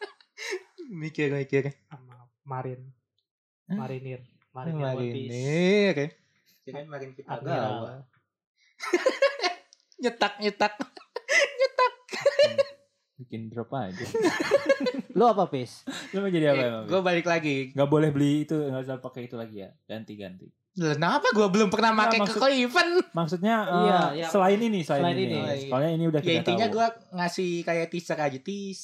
[SPEAKER 1] Mikir.
[SPEAKER 3] Sama Marinir.
[SPEAKER 1] Kirain Marin kita gawa. nyetak.
[SPEAKER 2] Bikin drop aja.
[SPEAKER 3] Lu apa, Pis?
[SPEAKER 2] Lu mau jadi apa emang?
[SPEAKER 1] Gue balik lagi.
[SPEAKER 2] Gak boleh beli itu, gak usah pakai itu lagi ya. Ganti.
[SPEAKER 1] Kenapa gue belum pernah pakai ke event?
[SPEAKER 2] Maksudnya selain ini. Soalnya ini udah kita tahu.
[SPEAKER 1] Intinya gue ngasih kayak teaser aja.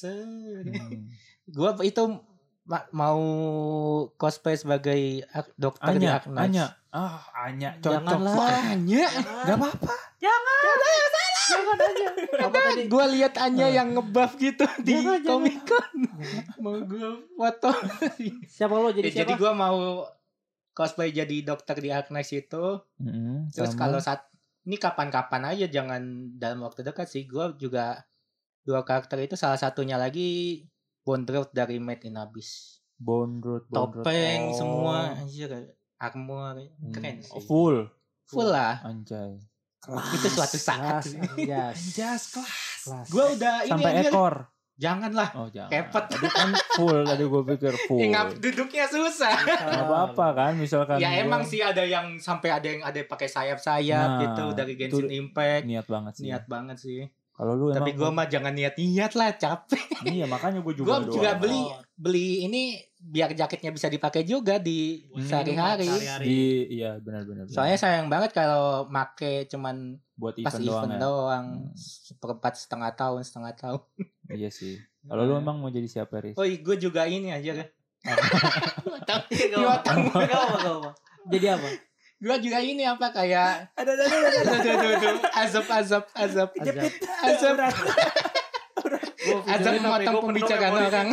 [SPEAKER 1] Gue itu mau cosplay sebagai dokter di Agnes.
[SPEAKER 2] Anya.
[SPEAKER 3] Janganlah.
[SPEAKER 1] Anya. Gak apa-apa.
[SPEAKER 3] Jangan aja.
[SPEAKER 1] Gue lihat Anya yang ngebuff gitu di Comic Con. Mau gue foto.
[SPEAKER 3] Siapa lo jadi siapa?
[SPEAKER 1] Jadi gue mau cosplay jadi dokter di Agnes itu. Terus kalau ini kapan-kapan aja, jangan dalam waktu dekat sih. Gue juga 2 karakter itu, salah satunya lagi Bondrot dari Made in Abyss.
[SPEAKER 2] Bondrot.
[SPEAKER 1] Topeng semua anjir, armor keren sih.
[SPEAKER 2] Full
[SPEAKER 1] lah.
[SPEAKER 2] Anjay.
[SPEAKER 1] Itu suatu saat.
[SPEAKER 3] Kelas.
[SPEAKER 1] Gue udah
[SPEAKER 2] sampai
[SPEAKER 1] ini
[SPEAKER 2] ekor.
[SPEAKER 1] Janganlah.
[SPEAKER 2] Jangan.
[SPEAKER 1] Kepet.
[SPEAKER 2] Tadi kan full. Tadi gue pikir full.
[SPEAKER 1] Duduknya susah.
[SPEAKER 2] Gak apa-apa kan. Misalkan.
[SPEAKER 1] Ya emang sih ada yang sampai ada pakai sayap-sayap gitu dari Genshin Impact.
[SPEAKER 2] Niat banget sih. Kalau lu
[SPEAKER 1] tapi gue mah jangan niat lah, capek.
[SPEAKER 2] Iya makanya gue juga.
[SPEAKER 1] Gue juga beli ini biar jaketnya bisa dipakai juga di sehari-hari.
[SPEAKER 2] Iya benar-benar.
[SPEAKER 1] Soalnya sayang banget kalau make cuman
[SPEAKER 2] buat
[SPEAKER 1] pas event doang. Seperempat setengah tahun.
[SPEAKER 2] Iya sih. Kalau lu emang mau jadi siapa, Riz?
[SPEAKER 1] Oh gue juga ini aja kan.
[SPEAKER 3] Gak apa. Jadi apa?
[SPEAKER 1] Gue juga ini apa kayak
[SPEAKER 2] ada
[SPEAKER 1] azab
[SPEAKER 2] azab
[SPEAKER 1] memotong pembicaraan orang.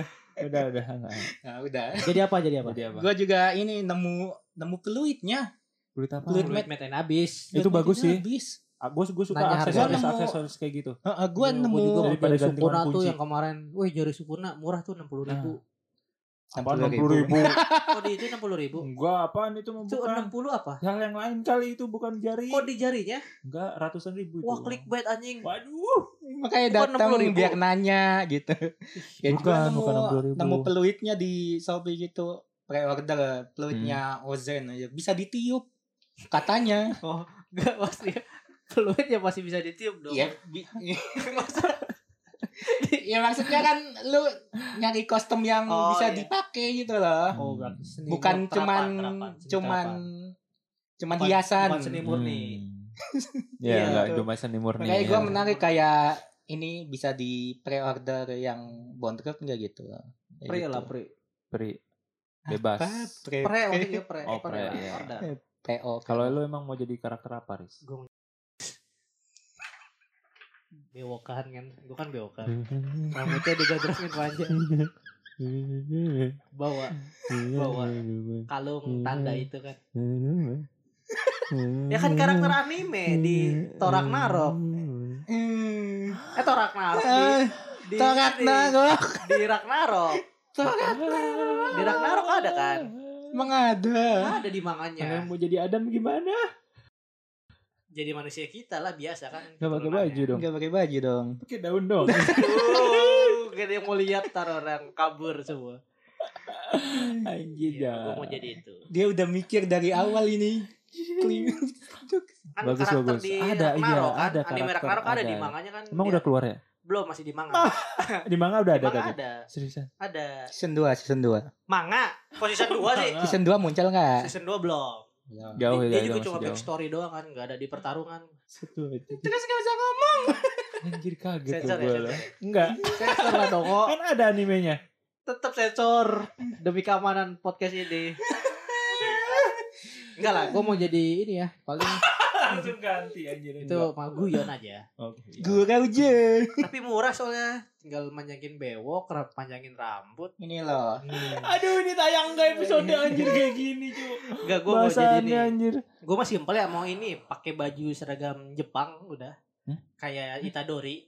[SPEAKER 1] Udah.
[SPEAKER 3] Jadi apa?
[SPEAKER 1] Gue juga ini nemu peluitnya.
[SPEAKER 2] Peluit apa?
[SPEAKER 3] Peluit Made in Abyss.
[SPEAKER 2] Itu bagus sih. Gue suka aksesoris kayak gitu.
[SPEAKER 1] Gue nemu
[SPEAKER 3] jari Sukuna tuh yang kemarin. Wih, jari Sukuna murah tuh 60.000.
[SPEAKER 2] 60.000.
[SPEAKER 3] Oh di itu 60.000.
[SPEAKER 2] Enggak, apaan itu bukan.
[SPEAKER 3] Itu 60 apa?
[SPEAKER 2] Yang lain kali itu bukan jari.
[SPEAKER 3] Kok di jarinya?
[SPEAKER 2] Enggak, ratusan ribu itu.
[SPEAKER 3] Wah, clickbait anjing.
[SPEAKER 2] Waduh.
[SPEAKER 1] Makanya datang biar nanya gitu. Ya
[SPEAKER 2] bukan 60.000.
[SPEAKER 1] Nemu peluitnya di Shopee gitu. Pre-order peluitnya Ozen aja. Bisa ditiup katanya.
[SPEAKER 3] Oh, enggak pasti. Peluitnya pasti bisa ditiup dong.
[SPEAKER 1] Iya. Ya maksudnya kan lu nyari kostum yang bisa dipakai gitu loh. Bukan cuman hiasan.
[SPEAKER 3] Bukan seni murni.
[SPEAKER 2] Ya enggak cuma seni murni.
[SPEAKER 1] Kayak gue menarik kayak ini bisa di pre-order yang Bondrop enggak gitu?
[SPEAKER 3] Pre
[SPEAKER 1] gitu.
[SPEAKER 3] lah, pre.
[SPEAKER 2] Bebas.
[SPEAKER 1] Pre.
[SPEAKER 3] Maksudnya pre.
[SPEAKER 2] Oh, pre, iya.
[SPEAKER 3] Order.
[SPEAKER 1] PO.
[SPEAKER 2] Kalau lu emang mau jadi karakter apa, Riz?
[SPEAKER 3] Bewokan kan. Gue kan bewokan. Rambutnya digandrongin panjang. Bawa kalung tanda itu kan. Ya kan karakter anime di Thor Ragnarok. Thor Ragnarok di
[SPEAKER 1] Ragnarok.
[SPEAKER 3] Di Ragnarok. Di Ragnarok ada kan?
[SPEAKER 1] Emang ada.
[SPEAKER 3] Ada di manganya.
[SPEAKER 2] Yang mau jadi Adam gimana?
[SPEAKER 3] Jadi manusia kita lah biasa kan.
[SPEAKER 2] Gak pakai baju dong.
[SPEAKER 1] Gak pakai baju dong.
[SPEAKER 2] Pakai daun dong.
[SPEAKER 3] Gak ada yang mau lihat tar orang kabur semua.
[SPEAKER 2] Anjir
[SPEAKER 3] Ya,
[SPEAKER 2] dah.
[SPEAKER 3] gue mau jadi itu.
[SPEAKER 1] Dia udah mikir dari awal ini.
[SPEAKER 3] Kan
[SPEAKER 2] Bagus,
[SPEAKER 3] karakter
[SPEAKER 2] bagus.
[SPEAKER 3] di
[SPEAKER 2] Ada,
[SPEAKER 3] Ragnarok
[SPEAKER 2] iya,
[SPEAKER 3] kan.
[SPEAKER 2] ada
[SPEAKER 3] Anime
[SPEAKER 2] karakter,
[SPEAKER 3] Ragnarok ada
[SPEAKER 2] ada.
[SPEAKER 3] di manganya kan.
[SPEAKER 2] Emang
[SPEAKER 3] Dia-
[SPEAKER 2] udah keluar ya?
[SPEAKER 3] Belum, masih di manga.
[SPEAKER 2] Di manga udah
[SPEAKER 3] Di
[SPEAKER 2] ada
[SPEAKER 3] manga
[SPEAKER 2] tapi.
[SPEAKER 3] ada.
[SPEAKER 2] Seriusan?
[SPEAKER 3] Ada.
[SPEAKER 1] Season 2.
[SPEAKER 3] Manga. Kok season 2 sih?
[SPEAKER 1] Season 2 muncul enggak?
[SPEAKER 3] Season 2 belum.
[SPEAKER 2] Jauh
[SPEAKER 3] Dia
[SPEAKER 2] ya,
[SPEAKER 3] juga
[SPEAKER 2] masih
[SPEAKER 3] cuma
[SPEAKER 2] jauh.
[SPEAKER 3] backstory doang kan. Gak ada di pertarungan.
[SPEAKER 2] Satu aja.
[SPEAKER 1] Terus gak bisa ngomong.
[SPEAKER 2] Anjir kaget
[SPEAKER 3] Sensor
[SPEAKER 2] tuh
[SPEAKER 3] ya,
[SPEAKER 2] gue lah.
[SPEAKER 3] sensor.
[SPEAKER 2] Enggak.
[SPEAKER 3] Sensor lah dong. Oh.
[SPEAKER 2] Kan ada animenya.
[SPEAKER 3] Tetap sensor. Demi keamanan podcast ini. Enggak lah, gue mau jadi ini ya. Paling
[SPEAKER 2] Langsung ganti anjir.
[SPEAKER 3] itu mah guyon aja.
[SPEAKER 2] Oke.
[SPEAKER 1] Gurau aja.
[SPEAKER 3] Tapi murah soalnya. Tinggal panjangin bewok, panjangin rambut.
[SPEAKER 1] Ini loh.
[SPEAKER 2] Aduh ini tayang gak episode anjir kayak gini cuy.
[SPEAKER 3] Enggak, gue mau jadi ini.
[SPEAKER 2] anjir.
[SPEAKER 3] Gue masih simpel ya mau ini pakai baju seragam Jepang udah.
[SPEAKER 2] Hmm?
[SPEAKER 3] Kayak Itadori.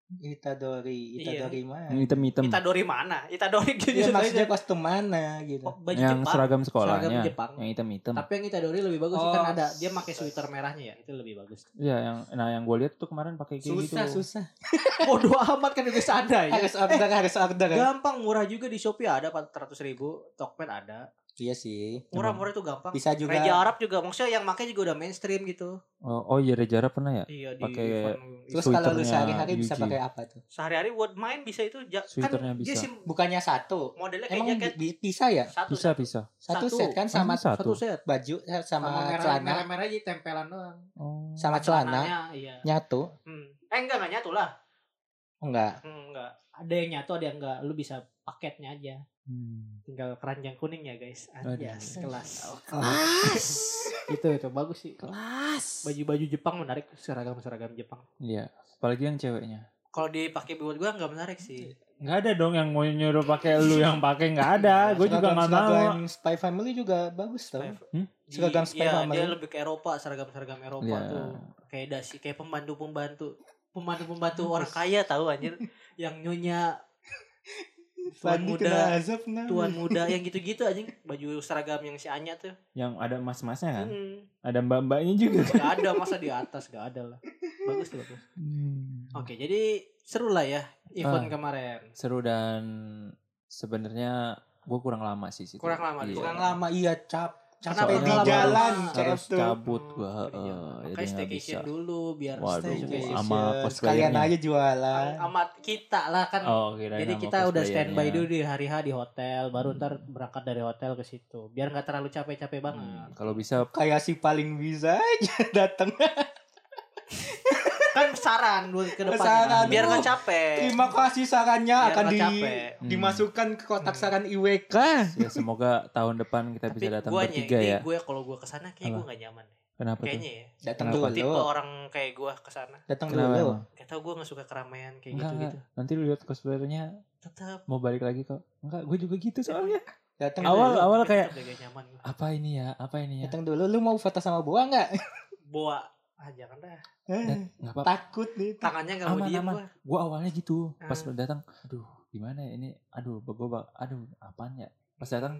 [SPEAKER 1] Itadori mana?
[SPEAKER 2] Hitam-hitam.
[SPEAKER 3] Itadori mana? Itadori gitu
[SPEAKER 1] Ya, maksudnya
[SPEAKER 3] aja.
[SPEAKER 1] kostum mana gitu.
[SPEAKER 3] Oh, baju
[SPEAKER 2] Yang
[SPEAKER 3] Jepang.
[SPEAKER 2] seragam sekolahnya.
[SPEAKER 3] Seragam Jepang.
[SPEAKER 2] Yang hitam-hitam.
[SPEAKER 3] Tapi yang Itadori lebih bagus sih
[SPEAKER 1] Oh.
[SPEAKER 3] kan ada dia pakai sweater merahnya ya. Itu lebih bagus.
[SPEAKER 2] Iya yang gue lihat tuh kemarin pakai kayak gitu.
[SPEAKER 1] Susah.
[SPEAKER 3] Bodoh amat kan itu ada ya.
[SPEAKER 1] Harus order.
[SPEAKER 3] Gampang, murah juga di Shopee ada 400.000, Tokped ada.
[SPEAKER 1] Iya sih.
[SPEAKER 3] Murah-murah itu gampang.
[SPEAKER 1] Bisa juga.
[SPEAKER 3] Raja Arab juga, maksudnya yang pakai juga udah mainstream gitu.
[SPEAKER 2] Oh iya Reja Arab pernah ya?
[SPEAKER 3] Iya di
[SPEAKER 2] Pakai
[SPEAKER 3] event.
[SPEAKER 1] Terus kalau lu
[SPEAKER 2] Twitternya
[SPEAKER 1] sehari-hari bisa
[SPEAKER 2] Yuji.
[SPEAKER 1] pakai apa tuh?
[SPEAKER 3] Sehari-hari buat main bisa itu
[SPEAKER 2] Twitternya
[SPEAKER 3] kan dia
[SPEAKER 2] bisa.
[SPEAKER 3] sih
[SPEAKER 1] Bukannya satu.
[SPEAKER 3] modelnya kayak
[SPEAKER 1] Emang
[SPEAKER 3] jaket
[SPEAKER 1] bisa ya?
[SPEAKER 3] satu
[SPEAKER 2] Bisa.
[SPEAKER 1] Satu
[SPEAKER 3] Satu.
[SPEAKER 1] set kan sama
[SPEAKER 2] Satu.
[SPEAKER 3] set
[SPEAKER 1] baju sama
[SPEAKER 3] merah
[SPEAKER 1] celana
[SPEAKER 3] merah aja tempelan doang.
[SPEAKER 2] Oh.
[SPEAKER 1] sama celana
[SPEAKER 3] Celananya, iya.
[SPEAKER 1] nyatu.
[SPEAKER 3] Enggak nyatu lah.
[SPEAKER 1] Enggak.
[SPEAKER 3] Enggak. Ada yang nyatu, ada yang enggak. Lu bisa paketnya aja. Tinggal keranjang kuning ya guys. Anjas, kelas.
[SPEAKER 1] Kelas.
[SPEAKER 3] Itu bagus sih.
[SPEAKER 1] Kelas.
[SPEAKER 3] Baju-baju Jepang menarik, seragam Jepang.
[SPEAKER 2] Iya. Apalagi yang ceweknya.
[SPEAKER 3] Kalau dipakai buat gua enggak menarik sih.
[SPEAKER 2] Nggak ada dong yang mau nyuruh pakai lu yang pakai nggak ada. Gue juga nggak mau.
[SPEAKER 1] Seragam Spy Family juga bagus tau. Seragam Spy
[SPEAKER 3] Iya,
[SPEAKER 1] Family.
[SPEAKER 3] dia lebih ke Eropa, seragam Eropa
[SPEAKER 2] Iya.
[SPEAKER 3] tuh. Kayak dasi, kayak pembantu orang kaya tahu anjir, yang nyonya tuan
[SPEAKER 1] Bandi
[SPEAKER 3] muda,
[SPEAKER 1] kena azab nah.
[SPEAKER 3] tuan muda yang gitu-gitu anjing, baju seragam yang si Anya tuh.
[SPEAKER 2] Yang ada mas-masnya kan?
[SPEAKER 3] Hmm.
[SPEAKER 2] Ada mbak-mbaknya juga.
[SPEAKER 3] Gak ada, masa di atas gak ada lah. Bagus tuh bagus. Oke, jadi seru lah ya event kemarin.
[SPEAKER 2] Seru dan sebenarnya gue kurang lama sih situ.
[SPEAKER 3] Kurang lama,
[SPEAKER 2] Iya.
[SPEAKER 1] Kurang lama iya capek
[SPEAKER 3] Kenapa
[SPEAKER 1] di
[SPEAKER 3] lama?
[SPEAKER 1] jalan
[SPEAKER 2] Harus
[SPEAKER 1] tuh.
[SPEAKER 2] cabut gue.
[SPEAKER 3] Makanya staycation dulu biar
[SPEAKER 2] Waduh,
[SPEAKER 3] staycation.
[SPEAKER 2] sama
[SPEAKER 1] sekalian
[SPEAKER 2] cosplayernya.
[SPEAKER 1] aja jualan.
[SPEAKER 3] Amat kita lah kan.
[SPEAKER 2] Oh, kirain
[SPEAKER 3] Jadi
[SPEAKER 2] sama
[SPEAKER 3] kita udah
[SPEAKER 2] cosplayernya.
[SPEAKER 3] standby dulu di hari H di hotel, baru ntar berangkat dari hotel ke situ. Biar nggak terlalu capek-capek banget.
[SPEAKER 2] Kalau bisa
[SPEAKER 1] Kayak si paling bisa aja datang.
[SPEAKER 3] Kan saran buat ke depan.
[SPEAKER 1] Saran,
[SPEAKER 3] Biar nggak
[SPEAKER 1] oh.
[SPEAKER 3] capek.
[SPEAKER 1] Terima kasih sarannya
[SPEAKER 3] Biar
[SPEAKER 1] akan
[SPEAKER 3] nggak capek.
[SPEAKER 1] dimasukkan ke kotak saran IWK.
[SPEAKER 2] ya semoga tahun depan kita bisa datang bertiga ya.
[SPEAKER 3] Gue kalau gue kesana kayak
[SPEAKER 2] Apa?
[SPEAKER 3] gue nggak nyaman.
[SPEAKER 2] Kenapa tuh?
[SPEAKER 3] Kayaknya ya.
[SPEAKER 1] Datang
[SPEAKER 2] Kenapa?
[SPEAKER 1] dulu.
[SPEAKER 3] Tipe orang kayak gue kesana.
[SPEAKER 1] Datang
[SPEAKER 2] Kenapa
[SPEAKER 1] dulu.
[SPEAKER 2] emang?
[SPEAKER 3] Gak tau gue nggak suka keramaian kayak
[SPEAKER 2] Enggak,
[SPEAKER 3] gitu-gitu.
[SPEAKER 2] Nanti lu lihat cosplayernya
[SPEAKER 3] Tetap.
[SPEAKER 2] mau balik lagi kok. Enggak, gue juga gitu soalnya.
[SPEAKER 1] Datang
[SPEAKER 2] Awal kayak
[SPEAKER 3] Gak nyaman gue.
[SPEAKER 2] apa ini ya?
[SPEAKER 1] Datang dulu. Lu mau foto sama Boa enggak?
[SPEAKER 3] Bawa. Jangan dah.
[SPEAKER 2] Enggak apa-apa.
[SPEAKER 1] Takut nih.
[SPEAKER 3] Tangannya gak mau
[SPEAKER 2] Aman,
[SPEAKER 3] diem
[SPEAKER 2] aman.
[SPEAKER 3] gue.
[SPEAKER 2] Gue awalnya gitu. Pas
[SPEAKER 3] Ah.
[SPEAKER 2] datang, aduh, gimana ya ini? Aduh, aduh, apaan ya? Pas datang,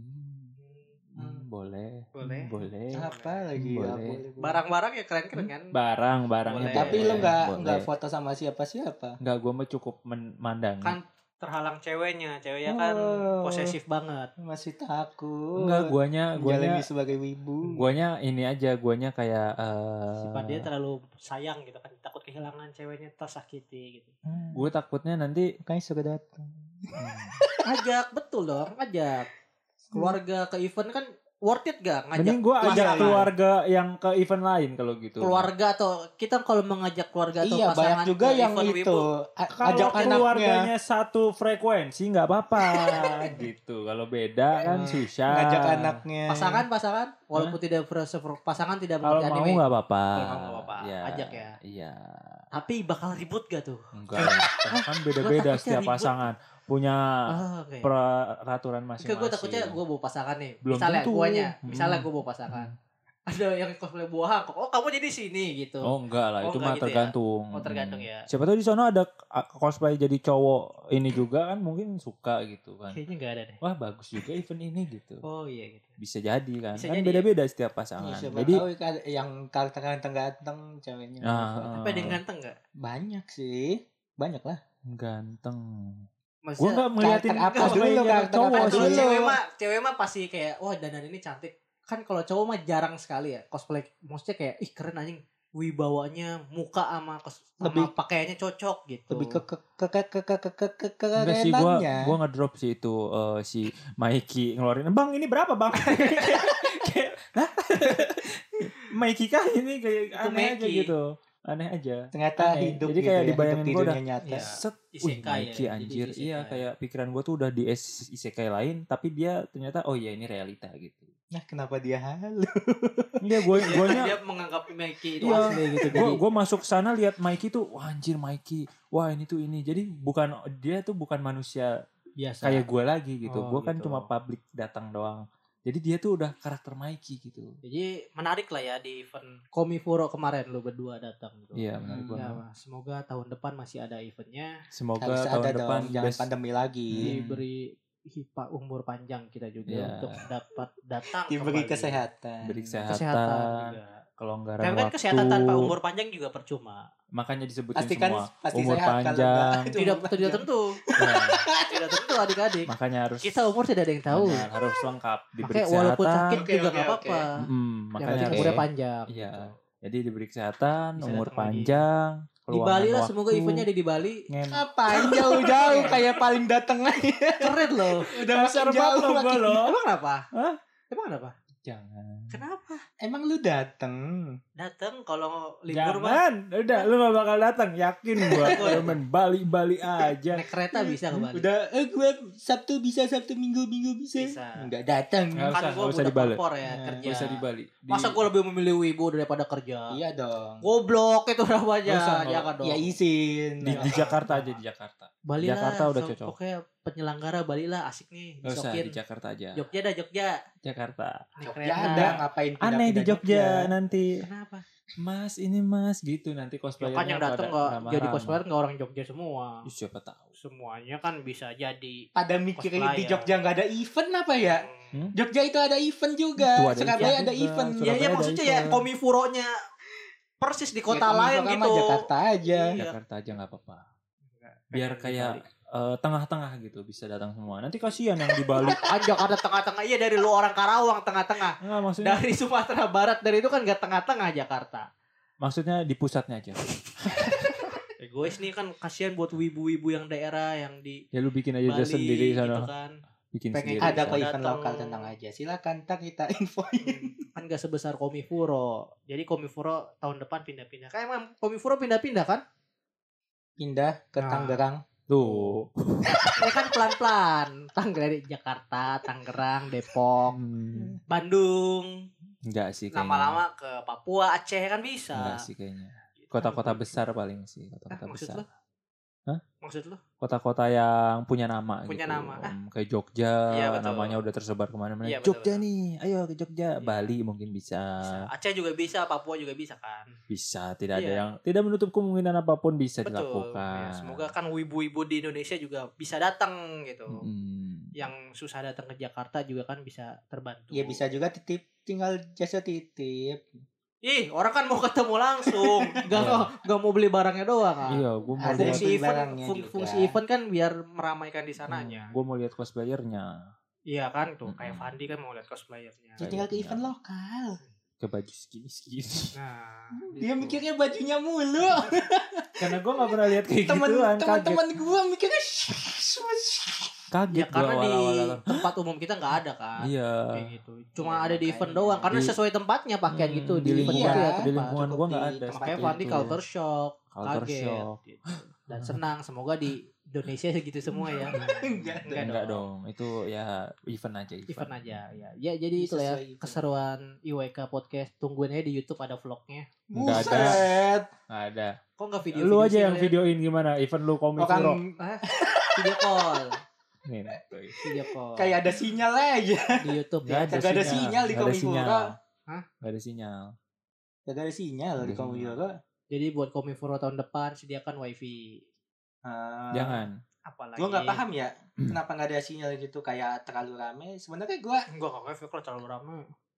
[SPEAKER 2] boleh. Boleh.
[SPEAKER 1] Apa lagi ya?
[SPEAKER 2] Boleh.
[SPEAKER 3] Barang-barang ya keren-keren kan.
[SPEAKER 2] Barangnya
[SPEAKER 3] Boleh.
[SPEAKER 1] Tapi
[SPEAKER 2] boleh,
[SPEAKER 1] lu enggak
[SPEAKER 2] boleh.
[SPEAKER 1] foto sama siapa-siapa.
[SPEAKER 2] Enggak, gue mah cukup memandang.
[SPEAKER 3] Kan terhalang ceweknya kan
[SPEAKER 1] Oh.
[SPEAKER 3] posesif banget.
[SPEAKER 1] Masih takut.
[SPEAKER 2] Enggak, guanya
[SPEAKER 1] Menjalani sebagai wibu.
[SPEAKER 2] ini aja, guanya kayak
[SPEAKER 3] Sifat dia terlalu sayang gitu kan, takut kehilangan ceweknya, tersakiti gitu.
[SPEAKER 2] gue takutnya nanti
[SPEAKER 1] Makanya suka datang.
[SPEAKER 3] Ajak, betul dong, ajak keluarga ke event kan worth it gak ngajak?
[SPEAKER 2] Mending gue ajak keluarga yang ke event lain kalau gitu.
[SPEAKER 3] Keluarga atau kita kalau mengajak keluarga atau pasangan.
[SPEAKER 1] Banyak juga yang itu.
[SPEAKER 2] Kalau keluarganya satu frekuensi nggak apa-apa gitu. Kalau beda kan susah.
[SPEAKER 1] Ngajak anaknya.
[SPEAKER 3] Pasangan walaupun tidak pasangan tidak
[SPEAKER 2] kalau mau nggak apa-apa.
[SPEAKER 3] Ya. Ajak ya.
[SPEAKER 2] Iya.
[SPEAKER 3] Tapi bakal ribut gak tuh?
[SPEAKER 2] Enggak. Kan beda-beda setiap pasangan punya peraturan masing-masing.
[SPEAKER 3] Gue takutnya gue bawa pasangan nih.
[SPEAKER 2] Belum
[SPEAKER 3] Misalnya gue bawa pasangan. Ada yang cosplay buah Hancock. Oh kamu jadi sini gitu.
[SPEAKER 2] Oh enggak lah, itu mah gitu tergantung.
[SPEAKER 3] Ya? Oh tergantung ya.
[SPEAKER 2] Siapa tahu di sana ada cosplay jadi cowok ini juga kan mungkin suka gitu kan.
[SPEAKER 3] Kayaknya enggak ada deh.
[SPEAKER 2] Wah bagus juga event ini gitu.
[SPEAKER 3] Oh iya gitu.
[SPEAKER 2] Bisa jadi kan.
[SPEAKER 3] Bisa
[SPEAKER 2] kan
[SPEAKER 3] jadi,
[SPEAKER 2] beda-beda setiap pasangan.
[SPEAKER 1] Jadi yang ganteng ceweknya.
[SPEAKER 3] Tapi ada yang ganteng enggak?
[SPEAKER 1] Banyak sih. Banyak lah.
[SPEAKER 2] Ganteng.
[SPEAKER 3] Gue
[SPEAKER 2] nggak ngeliatin
[SPEAKER 1] apa dulu
[SPEAKER 2] cowok
[SPEAKER 1] sih.
[SPEAKER 3] Cewek mah pasti kayak wah dandan ini cantik. Kan kalau cowok mah jarang sekali ya cosplay. Maksudnya kayak ih keren anjing. Wibawanya muka sama pakaiannya cocok gitu.
[SPEAKER 1] Lebih
[SPEAKER 2] enggak sih gue ngedrop sih itu si Mikey ngeluarin bang ini berapa bang. Mikey kah ini kayak aneh aja gitu. Aneh aja.
[SPEAKER 1] Ternyata hidup.
[SPEAKER 2] Jadi kayak dibayangin gue udah
[SPEAKER 1] nyata.
[SPEAKER 2] Mikey anjir. Iya kayak pikiran gue tuh udah di isekai lain. Tapi dia ternyata oh iya ini realita gitu.
[SPEAKER 1] Nah kenapa dia halu?
[SPEAKER 2] Dia dia
[SPEAKER 3] menganggap Mikey itu asli gitu.
[SPEAKER 2] Gue masuk sana lihat Mikey tuh wah anjir Mikey. Wah ini tuh ini. Jadi dia tuh bukan manusia biasa kayak gue lagi gitu. Gue kan cuma public datang doang. Jadi dia tuh udah karakter Mikey gitu.
[SPEAKER 3] Jadi menarik lah ya di event Komifuro kemarin lu berdua datang gitu.
[SPEAKER 2] Iya menarik banget.
[SPEAKER 3] Ya, semoga tahun depan masih ada eventnya.
[SPEAKER 2] Semoga tahun depan
[SPEAKER 1] jangan pandemi lagi.
[SPEAKER 3] Diberi umur panjang kita juga untuk dapat datang.
[SPEAKER 1] Diberi kesehatan.
[SPEAKER 2] Beri kesehatan juga. Kelonggaran waktu.
[SPEAKER 3] Kan kesehatan tanpa umur panjang juga percuma.
[SPEAKER 2] Makanya disebutin
[SPEAKER 1] pasti
[SPEAKER 2] semua
[SPEAKER 1] pasti
[SPEAKER 2] umur panjang.
[SPEAKER 3] Tidak tentu. Tidak tentu adik-adik.
[SPEAKER 2] Makanya harus
[SPEAKER 3] kita umur tidak ada yang tahu.
[SPEAKER 2] Harus lengkap diberi kesehatan.
[SPEAKER 3] Walaupun sakit juga enggak apa-apa.
[SPEAKER 2] Makanya
[SPEAKER 3] umurnya panjang.
[SPEAKER 2] Iya. Jadi diberi kesehatan, umur panjang.
[SPEAKER 3] Di Bali lah semoga eventnya ada di Bali.
[SPEAKER 1] Ngapain jauh-jauh kayak paling dateng aja.
[SPEAKER 3] Keren loh.
[SPEAKER 1] Udah makin jauh
[SPEAKER 3] loh. Emang kenapa?
[SPEAKER 2] Hah?
[SPEAKER 3] Emang kenapa?
[SPEAKER 2] Jangan.
[SPEAKER 3] Kenapa?
[SPEAKER 1] Emang lu dateng
[SPEAKER 3] kalau libur
[SPEAKER 2] mah. Udah lu gak bakal datang, yakin gua. Kalau main Bali aja.
[SPEAKER 3] Naik kereta bisa ke Bali.
[SPEAKER 1] Udah gue Sabtu bisa, Sabtu Minggu bisa. Enggak datang.
[SPEAKER 3] Kan gua udah paspor ya kerja.
[SPEAKER 2] Bisa di Bali.
[SPEAKER 3] Masa gua lebih memilih wibu daripada kerja?
[SPEAKER 1] Iya dong.
[SPEAKER 3] Goblok itu namanya.
[SPEAKER 1] Jangan dong. Ya izin.
[SPEAKER 2] Di Jakarta aja di Jakarta.
[SPEAKER 3] Bali
[SPEAKER 2] Jakarta
[SPEAKER 3] lah,
[SPEAKER 2] udah cocok.
[SPEAKER 3] Pokoknya penyelenggara Bali lah asik nih.
[SPEAKER 2] Di Jakarta aja.
[SPEAKER 3] Jogja.
[SPEAKER 2] Jakarta.
[SPEAKER 1] Jogja ada ngapain
[SPEAKER 2] aneh di Jogja nanti.
[SPEAKER 3] Kenapa?
[SPEAKER 2] Mas ini mas gitu nanti cosplayernya
[SPEAKER 3] kan yang datang nggak jadi cosplayer nggak orang Jogja semua.
[SPEAKER 2] Siapa tahu.
[SPEAKER 3] Semuanya kan bisa jadi.
[SPEAKER 1] Pada mikirin di Jogja nggak ada event apa ya? Jogja itu ada event juga. Surabaya ada event.
[SPEAKER 3] Ya maksudnya ya Komifuronya persis di kota lain gitu.
[SPEAKER 1] Jakarta aja.
[SPEAKER 2] Jakarta aja nggak apa-apa. Biar kayak tengah-tengah gitu bisa datang semua. Nanti kasihan yang di Bali.
[SPEAKER 3] Jakarta tengah-tengah. Iya dari lu orang Karawang tengah-tengah.
[SPEAKER 2] Nggak, maksudnya
[SPEAKER 3] dari Sumatera Barat dari itu kan gak tengah-tengah Jakarta.
[SPEAKER 2] Maksudnya di pusatnya aja.
[SPEAKER 3] Egois nih kan kasihan buat wibu-wibu yang daerah yang di.
[SPEAKER 2] Ya lu bikin aja Bali, sendiri sana.
[SPEAKER 3] Gitu kan.
[SPEAKER 2] Bikin
[SPEAKER 1] pengen
[SPEAKER 2] sendiri.
[SPEAKER 1] Ada event lokal tentang aja. Silakan ntar kita infoin.
[SPEAKER 3] Kan gak sebesar Komifuro. Jadi Komifuro tahun depan pindah-pindah. Kayak emang Komifuro pindah-pindah kan?
[SPEAKER 1] Pindah ke Tangerang.
[SPEAKER 2] Tuh.
[SPEAKER 3] Ya kan pelan-pelan. Tangerang, Jakarta, Tangerang, Depok, Bandung.
[SPEAKER 2] Enggak sih kayaknya.
[SPEAKER 3] Lama-lama ke Papua, Aceh kan bisa.
[SPEAKER 2] Enggak sih kayaknya. Kota-kota besar paling sih, kota-kota besar.
[SPEAKER 3] Lo?
[SPEAKER 2] Hah?
[SPEAKER 3] Maksud lu?
[SPEAKER 2] Kota-kota yang punya nama
[SPEAKER 3] punya
[SPEAKER 2] gitu.
[SPEAKER 3] Nama.
[SPEAKER 2] Kayak Jogja,
[SPEAKER 3] ya,
[SPEAKER 2] namanya udah tersebar kemana-mana.
[SPEAKER 3] Ya,
[SPEAKER 2] Jogja nih, ayo ke Jogja. Ya. Bali mungkin bisa.
[SPEAKER 3] Aceh juga bisa, Papua juga bisa kan.
[SPEAKER 2] Bisa, tidak ada yang tidak menutup kemungkinan apapun bisa dilakukan.
[SPEAKER 3] Ya, semoga kan wibu-wibu di Indonesia juga bisa datang gitu. Yang susah datang ke Jakarta juga kan bisa terbantu.
[SPEAKER 1] Ya bisa juga tinggal jasa titip.
[SPEAKER 3] Ih, orang kan mau ketemu langsung. Gak mau beli barangnya doang kan.
[SPEAKER 2] Iya, gue mau
[SPEAKER 3] fungsi event kan biar meramaikan di sananya.
[SPEAKER 2] Gue mau lihat cosplayernya.
[SPEAKER 3] Iya kan, tuh kayak Fandi kan mau lihat cosplayernya.
[SPEAKER 1] Ya, tinggal ke event lokal.
[SPEAKER 2] Ke baju segini.
[SPEAKER 3] Nah,
[SPEAKER 1] dia mikirnya bajunya mulu.
[SPEAKER 2] Karena gue gak pernah lihat kayak gituan.
[SPEAKER 1] Teman-teman gue mikirnya
[SPEAKER 2] Kaget
[SPEAKER 3] Ya karena
[SPEAKER 2] gua
[SPEAKER 3] di
[SPEAKER 2] awal-awal.
[SPEAKER 3] tempat umum kita nggak ada kan.
[SPEAKER 2] Iya.
[SPEAKER 3] Kayak gitu. Cuma
[SPEAKER 1] Iya,
[SPEAKER 3] ada di event
[SPEAKER 1] makanya.
[SPEAKER 3] doang karena
[SPEAKER 2] Di-
[SPEAKER 3] sesuai tempatnya pakaian gitu
[SPEAKER 2] di lingkungan
[SPEAKER 3] event itu ya
[SPEAKER 2] di
[SPEAKER 3] tempat.
[SPEAKER 2] lingkungan
[SPEAKER 1] Cukup
[SPEAKER 2] gua
[SPEAKER 1] di
[SPEAKER 2] nggak ada.
[SPEAKER 1] tempat
[SPEAKER 3] Makanya
[SPEAKER 1] itu.
[SPEAKER 3] Fandi culture shock,
[SPEAKER 2] Culture
[SPEAKER 3] kaget
[SPEAKER 2] shock.
[SPEAKER 3] gitu. Dan senang semoga di Indonesia segitu semua ya.
[SPEAKER 2] Enggak dong. Itu ya event aja.
[SPEAKER 3] Event aja ya. Ya jadi
[SPEAKER 1] Bisa
[SPEAKER 3] itulah ya
[SPEAKER 1] sesuai event.
[SPEAKER 3] keseruan IWK podcast. Tungguin aja di YouTube ada vlognya.
[SPEAKER 2] Enggak ada.
[SPEAKER 1] Buset.
[SPEAKER 2] Nggak ada.
[SPEAKER 3] Kok nggak video?
[SPEAKER 2] Lu aja yang videoin gimana? Event lu komik bro.
[SPEAKER 1] Orang
[SPEAKER 3] Video call.
[SPEAKER 2] Nih,
[SPEAKER 3] Video call.
[SPEAKER 1] kayak ada sinyal aja.
[SPEAKER 3] di YouTube
[SPEAKER 2] Nggak
[SPEAKER 3] ya.
[SPEAKER 1] Kagak ada sinyal di
[SPEAKER 2] Nggak ada
[SPEAKER 1] Komifora.
[SPEAKER 2] sinyal.
[SPEAKER 3] Hah?
[SPEAKER 2] Nggak ada sinyal.
[SPEAKER 1] Kagak ada sinyal di
[SPEAKER 2] Ada sinyal.
[SPEAKER 1] Komifora.
[SPEAKER 3] Jadi buat Komifora tahun depan sediakan wifi.
[SPEAKER 2] Jangan.
[SPEAKER 3] Apalagi?
[SPEAKER 1] Gue nggak paham ya kenapa nggak ada sinyal gitu kayak terlalu rame. Sebenarnya gue
[SPEAKER 3] Gua nggak wifi kalau terlalu ramai.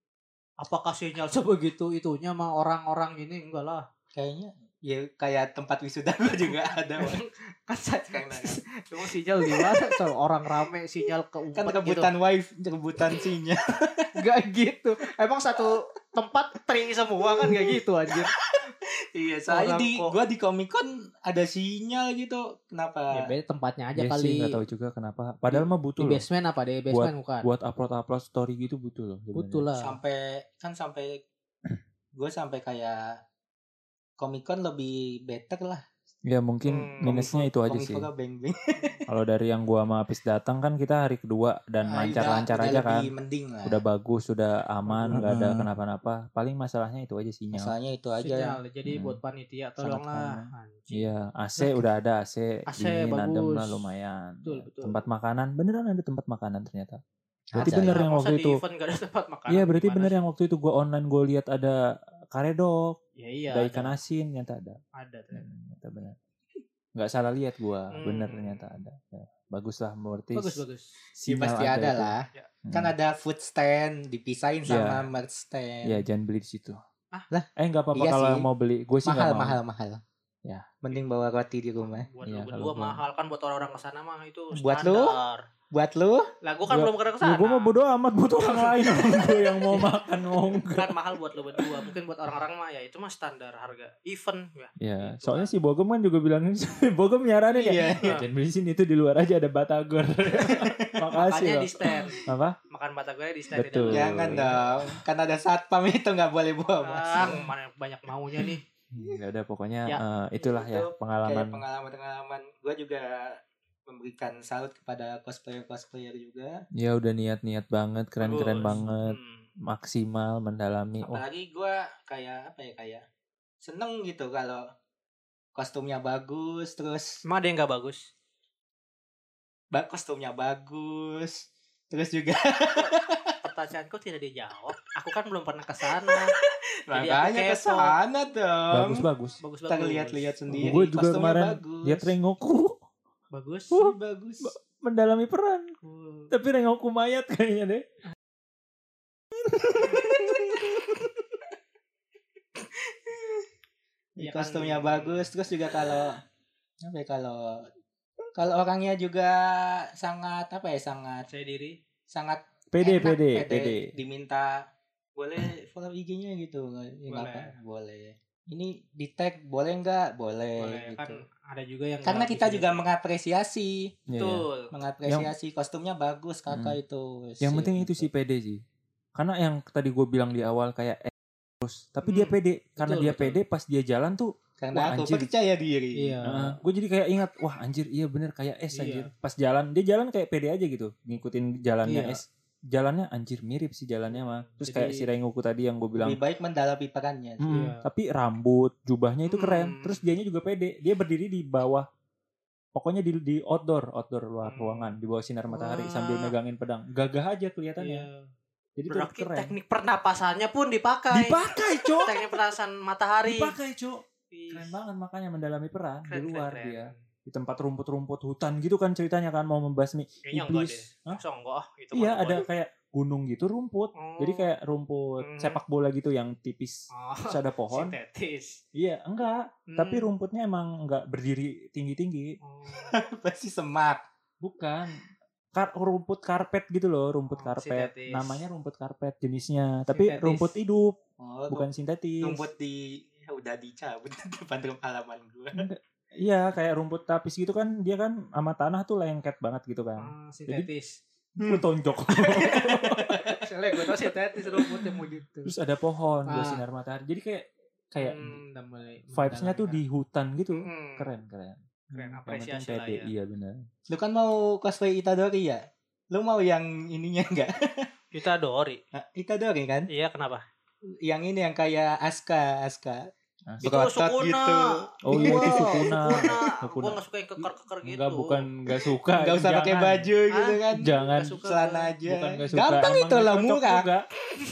[SPEAKER 3] Apakah sinyal sebegitu itunya mah orang-orang ini enggak lah.
[SPEAKER 1] kayaknya ya kayak tempat wisuda gue juga ada.
[SPEAKER 3] Kan
[SPEAKER 1] Karena
[SPEAKER 3] cuma sinyal di mana? Kalau orang rame sinyal ke
[SPEAKER 1] kan
[SPEAKER 3] gitu.
[SPEAKER 1] rebutan wifi, rebutan sinyal.
[SPEAKER 3] Enggak gitu. Emang satu tempat tri semua kan kayak gitu anjir.
[SPEAKER 1] Iya, saya
[SPEAKER 3] Orang kok-
[SPEAKER 1] gua di Comic Con ada sinyal gitu. Kenapa?
[SPEAKER 3] Ya beda tempatnya aja
[SPEAKER 2] Iya
[SPEAKER 3] kali.
[SPEAKER 2] sih nggak tahu juga kenapa. Padahal mah
[SPEAKER 3] Di
[SPEAKER 2] butuh loh.
[SPEAKER 3] basement apa deh? Basement bukan.
[SPEAKER 2] Buat upload story gitu butuh loh. sebenarnya.
[SPEAKER 3] Butuh lah.
[SPEAKER 1] Sampai gue sampai kayak Comic Con lebih better lah.
[SPEAKER 2] Ya mungkin minusnya itu aja sih.
[SPEAKER 1] Komifora beng-beng.
[SPEAKER 2] Kalau dari yang gua sama Apis datang kan kita hari kedua dan lancar-lancar
[SPEAKER 1] udah
[SPEAKER 2] aja
[SPEAKER 1] lebih
[SPEAKER 2] kan.
[SPEAKER 1] mending lah.
[SPEAKER 2] Udah bagus, sudah aman, nggak ada kenapa-napa. Paling masalahnya itu aja sinyal.
[SPEAKER 1] Masalahnya itu aja.
[SPEAKER 3] Sinyal. Jadi buat panitia tolonglah. Anjing.
[SPEAKER 2] Iya, AC udah ada AC,
[SPEAKER 3] AC
[SPEAKER 2] dingin, adem
[SPEAKER 3] bagus.
[SPEAKER 2] lah lumayan.
[SPEAKER 3] Betul, betul.
[SPEAKER 2] Tempat makanan, beneran ada tempat makanan ternyata. Berarti
[SPEAKER 1] Ada,
[SPEAKER 2] bener
[SPEAKER 3] Ya,
[SPEAKER 2] yang
[SPEAKER 3] masa
[SPEAKER 2] waktu
[SPEAKER 3] di
[SPEAKER 2] itu.
[SPEAKER 3] event gak ada tempat makan.
[SPEAKER 2] Iya, berarti bener yang waktu itu gua online gua lihat ada karedok,
[SPEAKER 3] Ya iya.
[SPEAKER 2] ada ikan asin, ternyata ada.
[SPEAKER 3] Ada ternyata.
[SPEAKER 2] Ternyata benar. Nggak salah lihat gua, bener
[SPEAKER 3] Hmm.
[SPEAKER 2] ternyata ada. Ya, bagus lah berarti.
[SPEAKER 3] Bagus.
[SPEAKER 1] Ya,
[SPEAKER 2] Sinyal
[SPEAKER 1] pasti ada
[SPEAKER 2] itu.
[SPEAKER 1] lah.
[SPEAKER 3] Ya.
[SPEAKER 1] Kan ada food stand dipisahin sama merch stand.
[SPEAKER 2] Ya jangan beli di situ.
[SPEAKER 1] Lah,
[SPEAKER 2] nggak apa-apa
[SPEAKER 1] iya
[SPEAKER 2] kalau
[SPEAKER 1] sih.
[SPEAKER 2] yang mau beli. Gue sih nggak mau.
[SPEAKER 1] mahal.
[SPEAKER 2] Ya.
[SPEAKER 1] Mending bawa roti di rumah.
[SPEAKER 3] Buat
[SPEAKER 2] Iya,
[SPEAKER 3] lu
[SPEAKER 2] kalau
[SPEAKER 3] berdua
[SPEAKER 2] gua-
[SPEAKER 3] mahal kan buat orang-orang kesana mah itu
[SPEAKER 1] Buat lu?
[SPEAKER 3] standar.
[SPEAKER 1] Buat lu?
[SPEAKER 3] Lah gua kan
[SPEAKER 2] Gua-
[SPEAKER 3] belum pernah kesana.
[SPEAKER 2] Gue mah bodo amat buat orang lain. Gue yang mau makan mau enggak.
[SPEAKER 3] Kan mahal buat lu berdua. Mungkin buat orang-orang mah ya itu mah standar harga event ya.
[SPEAKER 2] Ya,
[SPEAKER 3] Gitu
[SPEAKER 2] soalnya
[SPEAKER 3] kan.
[SPEAKER 2] si Bogem kan juga bilangin Bogem nyaranin ya.
[SPEAKER 1] Iya.
[SPEAKER 2] Jangan beli sini itu di luar aja ada batagor. Makasih
[SPEAKER 3] Makannya
[SPEAKER 2] loh.
[SPEAKER 3] di stand.
[SPEAKER 2] Apa?
[SPEAKER 3] Makan batagornya di stand
[SPEAKER 2] Betul.
[SPEAKER 3] di dalam.
[SPEAKER 1] Jangan dong. Kan ada satpam itu nggak boleh bawa
[SPEAKER 3] Ah,
[SPEAKER 1] masuk.
[SPEAKER 3] mana banyak maunya nih.
[SPEAKER 2] Enggak ada pokoknya
[SPEAKER 3] Ya,
[SPEAKER 2] itulah ya
[SPEAKER 1] Itu
[SPEAKER 2] pengalaman.
[SPEAKER 1] Kayak pengalaman gue juga memberikan salut kepada cosplayer juga.
[SPEAKER 2] Ya udah niat-niat banget, keren-keren
[SPEAKER 3] Bagus.
[SPEAKER 2] banget, maksimal mendalami. Wah,
[SPEAKER 1] Apalagi gue kayak apa ya kayak seneng gitu kalau kostumnya bagus terus
[SPEAKER 3] Emang ada yang gak bagus?
[SPEAKER 1] kostumnya bagus terus juga
[SPEAKER 3] Pertanyaanku tidak dijawab. Aku kan belum pernah ke sana. Jadi aku
[SPEAKER 1] makanya
[SPEAKER 3] kepo.
[SPEAKER 1] kesana dong.
[SPEAKER 2] bagus-bagus.
[SPEAKER 3] Bagus-bagus.
[SPEAKER 1] Kita lihat-lihat sendiri.
[SPEAKER 2] Gue juga
[SPEAKER 1] kostumnya
[SPEAKER 2] kemarin
[SPEAKER 1] bagus.
[SPEAKER 2] lihat Rengoku
[SPEAKER 3] Bagus.
[SPEAKER 1] Bagus.
[SPEAKER 2] mendalami peran. Tapi Rengoku mayat kayaknya deh.
[SPEAKER 3] Iya kan,
[SPEAKER 1] Kostumnya bagus terus juga kalau apa ya kalau orangnya juga sangat apa ya sangat
[SPEAKER 3] Saya diri.
[SPEAKER 1] sangat
[SPEAKER 2] PD
[SPEAKER 1] enak,
[SPEAKER 2] PD.
[SPEAKER 1] diminta boleh follow IG-nya gitu ya, nggak apa boleh ini di tag boleh nggak boleh
[SPEAKER 3] Boleh kan
[SPEAKER 1] gitu
[SPEAKER 3] ada juga yang
[SPEAKER 1] karena
[SPEAKER 3] nggak
[SPEAKER 1] kita
[SPEAKER 3] bisa
[SPEAKER 1] juga
[SPEAKER 3] di-
[SPEAKER 1] mengapresiasi
[SPEAKER 2] Iya, iya.
[SPEAKER 3] Betul.
[SPEAKER 1] mengapresiasi kostumnya bagus kakak itu.
[SPEAKER 2] Yang
[SPEAKER 1] Sip.
[SPEAKER 2] penting itu sih PD sih. Karena yang tadi gue bilang di awal kayak terus, tapi dia pede. Karena
[SPEAKER 3] Betul,
[SPEAKER 2] dia
[SPEAKER 3] betul.
[SPEAKER 2] pede pas dia jalan tuh.
[SPEAKER 1] Karena
[SPEAKER 2] Wah,
[SPEAKER 1] aku
[SPEAKER 2] anjir.
[SPEAKER 1] percaya diri.
[SPEAKER 3] Iya.
[SPEAKER 2] Gue jadi kayak ingat, wah anjir iya bener kayak S
[SPEAKER 3] Iya.
[SPEAKER 2] anjir. Pas jalan dia jalan kayak pede aja gitu, ngikutin jalannya
[SPEAKER 3] Iya.
[SPEAKER 2] S. Jalannya anjir mirip sih jalannya mah. Terus
[SPEAKER 3] Jadi-
[SPEAKER 2] kayak si Rengoku tadi yang gue bilang.
[SPEAKER 1] Lebih baik mendalami perannya.
[SPEAKER 3] Iya.
[SPEAKER 2] Tapi rambut, jubahnya itu keren. Terus dianya juga pede. Dia berdiri di bawah. Pokoknya di outdoor luar ruangan, di bawah sinar matahari
[SPEAKER 3] Wah.
[SPEAKER 2] sambil megangin pedang. Gagah aja kelihatannya.
[SPEAKER 3] Iya.
[SPEAKER 2] Jadi tuh
[SPEAKER 3] Berarti
[SPEAKER 2] keren.
[SPEAKER 3] teknik pernapasannya pun dipakai.
[SPEAKER 2] Dipakai, Cok.
[SPEAKER 3] Teknik pernapasan matahari.
[SPEAKER 2] Dipakai, Cok.
[SPEAKER 3] Ih,
[SPEAKER 2] Keren banget makanya mendalami peran
[SPEAKER 3] keren,
[SPEAKER 2] di luar
[SPEAKER 3] keren,
[SPEAKER 2] dia.
[SPEAKER 3] keren.
[SPEAKER 2] Di tempat rumput-rumput hutan gitu kan ceritanya kan mau membasmi
[SPEAKER 3] Kayaknya enggak deh.
[SPEAKER 2] iblis. Hah?
[SPEAKER 3] Masa enggak ah, itu
[SPEAKER 2] Iya,
[SPEAKER 3] mah
[SPEAKER 2] ada
[SPEAKER 3] buat-
[SPEAKER 2] kayak gunung gitu rumput.
[SPEAKER 3] Oh.
[SPEAKER 2] Jadi kayak rumput sepak bola gitu yang tipis.
[SPEAKER 3] Oh,
[SPEAKER 2] Terus ada pohon.
[SPEAKER 3] sintetis.
[SPEAKER 2] Iya, enggak.
[SPEAKER 3] Hmm.
[SPEAKER 2] Tapi rumputnya emang enggak berdiri tinggi-tinggi.
[SPEAKER 3] Oh.
[SPEAKER 1] Pasti semak.
[SPEAKER 2] Bukan. Rumput karpet gitu loh, rumput
[SPEAKER 3] Oh,
[SPEAKER 2] karpet.
[SPEAKER 3] sintetis.
[SPEAKER 2] Namanya rumput karpet jenisnya. Tapi
[SPEAKER 3] Sintetis.
[SPEAKER 2] rumput hidup,
[SPEAKER 1] Oh,
[SPEAKER 2] bukan sintetis.
[SPEAKER 1] rumput di ya udah dicabut di depan rumah halaman gua.
[SPEAKER 2] Iya, kayak rumput tapis gitu kan, dia kan sama tanah tuh lengket banget gitu kan.
[SPEAKER 3] Sintetis.
[SPEAKER 2] Gue tonjok.
[SPEAKER 3] Soalnya gue tau sintetis rumputnya mau gitu.
[SPEAKER 2] Terus ada pohon buat sinar matahari. Jadi kayak vibes-nya tuh di hutan gitu. Keren.
[SPEAKER 3] Keren, apresiasi lah
[SPEAKER 2] pede,
[SPEAKER 3] ya.
[SPEAKER 2] iya benar.
[SPEAKER 1] Lu kan mau cosplay Itadori ya? Lu mau yang ininya enggak?
[SPEAKER 3] Itadori.
[SPEAKER 1] Itadori kan?
[SPEAKER 3] Iya, kenapa?
[SPEAKER 1] Yang ini yang kayak Asuka.
[SPEAKER 3] Itu Sukuna
[SPEAKER 1] gitu.
[SPEAKER 2] Oh iya itu Sukuna.
[SPEAKER 3] Gue gak suka yang keker-keker gitu.
[SPEAKER 2] Enggak, bukan gak suka.
[SPEAKER 1] Gak usah pakai baju gitu kan.
[SPEAKER 2] Jangan
[SPEAKER 1] celana aja.
[SPEAKER 2] Bukan gak suka.
[SPEAKER 1] Gampang itu lah, murah.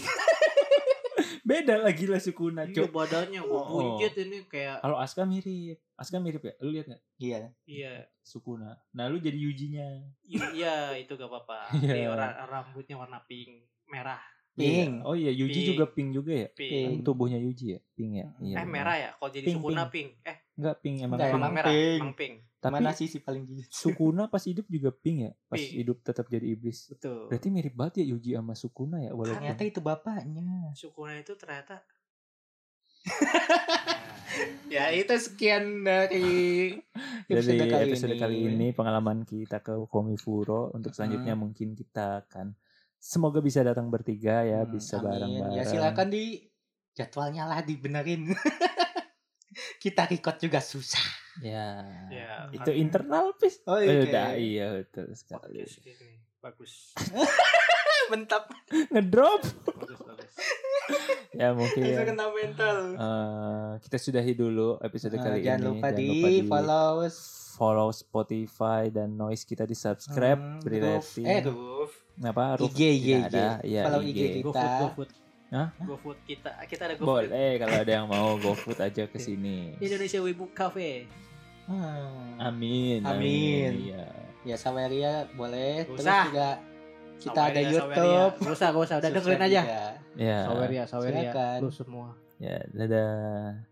[SPEAKER 2] Beda lagi lah Sukuna.
[SPEAKER 3] Iya, badannya buncit ini kayak.
[SPEAKER 2] Kalau Asuka mirip ya. Lu lihat gak?
[SPEAKER 3] Iya.
[SPEAKER 2] Sukuna. Nah lu jadi Yujinya.
[SPEAKER 3] Iya itu gak apa-apa. Dia rambutnya warna pink, merah.
[SPEAKER 1] Pink.
[SPEAKER 2] Oh iya, Yuji juga pink juga ya?
[SPEAKER 3] Pink.
[SPEAKER 2] Tubuhnya Yuji ya? Pink ya? Iya,
[SPEAKER 3] merah ya? Kalau jadi Sukuna pink.
[SPEAKER 2] Enggak pink, emang
[SPEAKER 3] merah. Emang pink.
[SPEAKER 2] Tapi
[SPEAKER 1] mana sih paling jijik?
[SPEAKER 2] Sukuna pas hidup juga pink ya? Pas hidup tetap jadi iblis.
[SPEAKER 3] Betul.
[SPEAKER 2] Berarti mirip banget ya Yuji sama Sukuna ya? Walaupun
[SPEAKER 1] ternyata itu bapaknya.
[SPEAKER 3] Sukuna itu ternyata.
[SPEAKER 1] Ya itu sekian dari
[SPEAKER 2] episode kali ini pengalaman kita ke Komifuro. Untuk selanjutnya mungkin kita akan semoga bisa datang bertiga ya, bisa bareng-bareng.
[SPEAKER 1] Ya silakan di jadwalnya lah dibenerin. Kita record juga susah.
[SPEAKER 2] Ya itu internal pis.
[SPEAKER 1] Oh iya.
[SPEAKER 2] Iya betul sekali.
[SPEAKER 3] Bagus.
[SPEAKER 1] Mentap.
[SPEAKER 2] Ngedrop.
[SPEAKER 3] Bagus.
[SPEAKER 2] Ya mungkin
[SPEAKER 1] bisa kena mental.
[SPEAKER 2] Kita sudahi dulu episode kali ini.
[SPEAKER 1] Jangan lupa di
[SPEAKER 2] follow Spotify dan Noise kita di subscribe, beri rating. Apa?
[SPEAKER 1] IG.
[SPEAKER 2] Ada. Ya,
[SPEAKER 1] follow IG kita.
[SPEAKER 3] GoFood. GoFood kita ada GoFood.
[SPEAKER 2] Boleh kalau ada yang mau GoFood aja ke sini.
[SPEAKER 3] Indonesia Wibu Cafe.
[SPEAKER 2] Amin.
[SPEAKER 1] Iya. Ya Saweria boleh. Terus juga kita
[SPEAKER 3] Saweria,
[SPEAKER 1] ada YouTube.
[SPEAKER 3] Gak usah udah dengerin aja.
[SPEAKER 2] Ya.
[SPEAKER 3] Saweria lu semua.
[SPEAKER 2] Ya, dadah.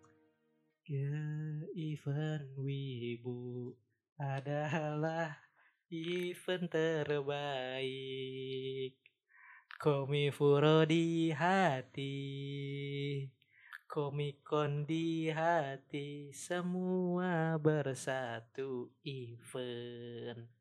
[SPEAKER 3] Event Wibu adalah event terbaik. Komifuro di hati, Komikon di hati, semua bersatu event.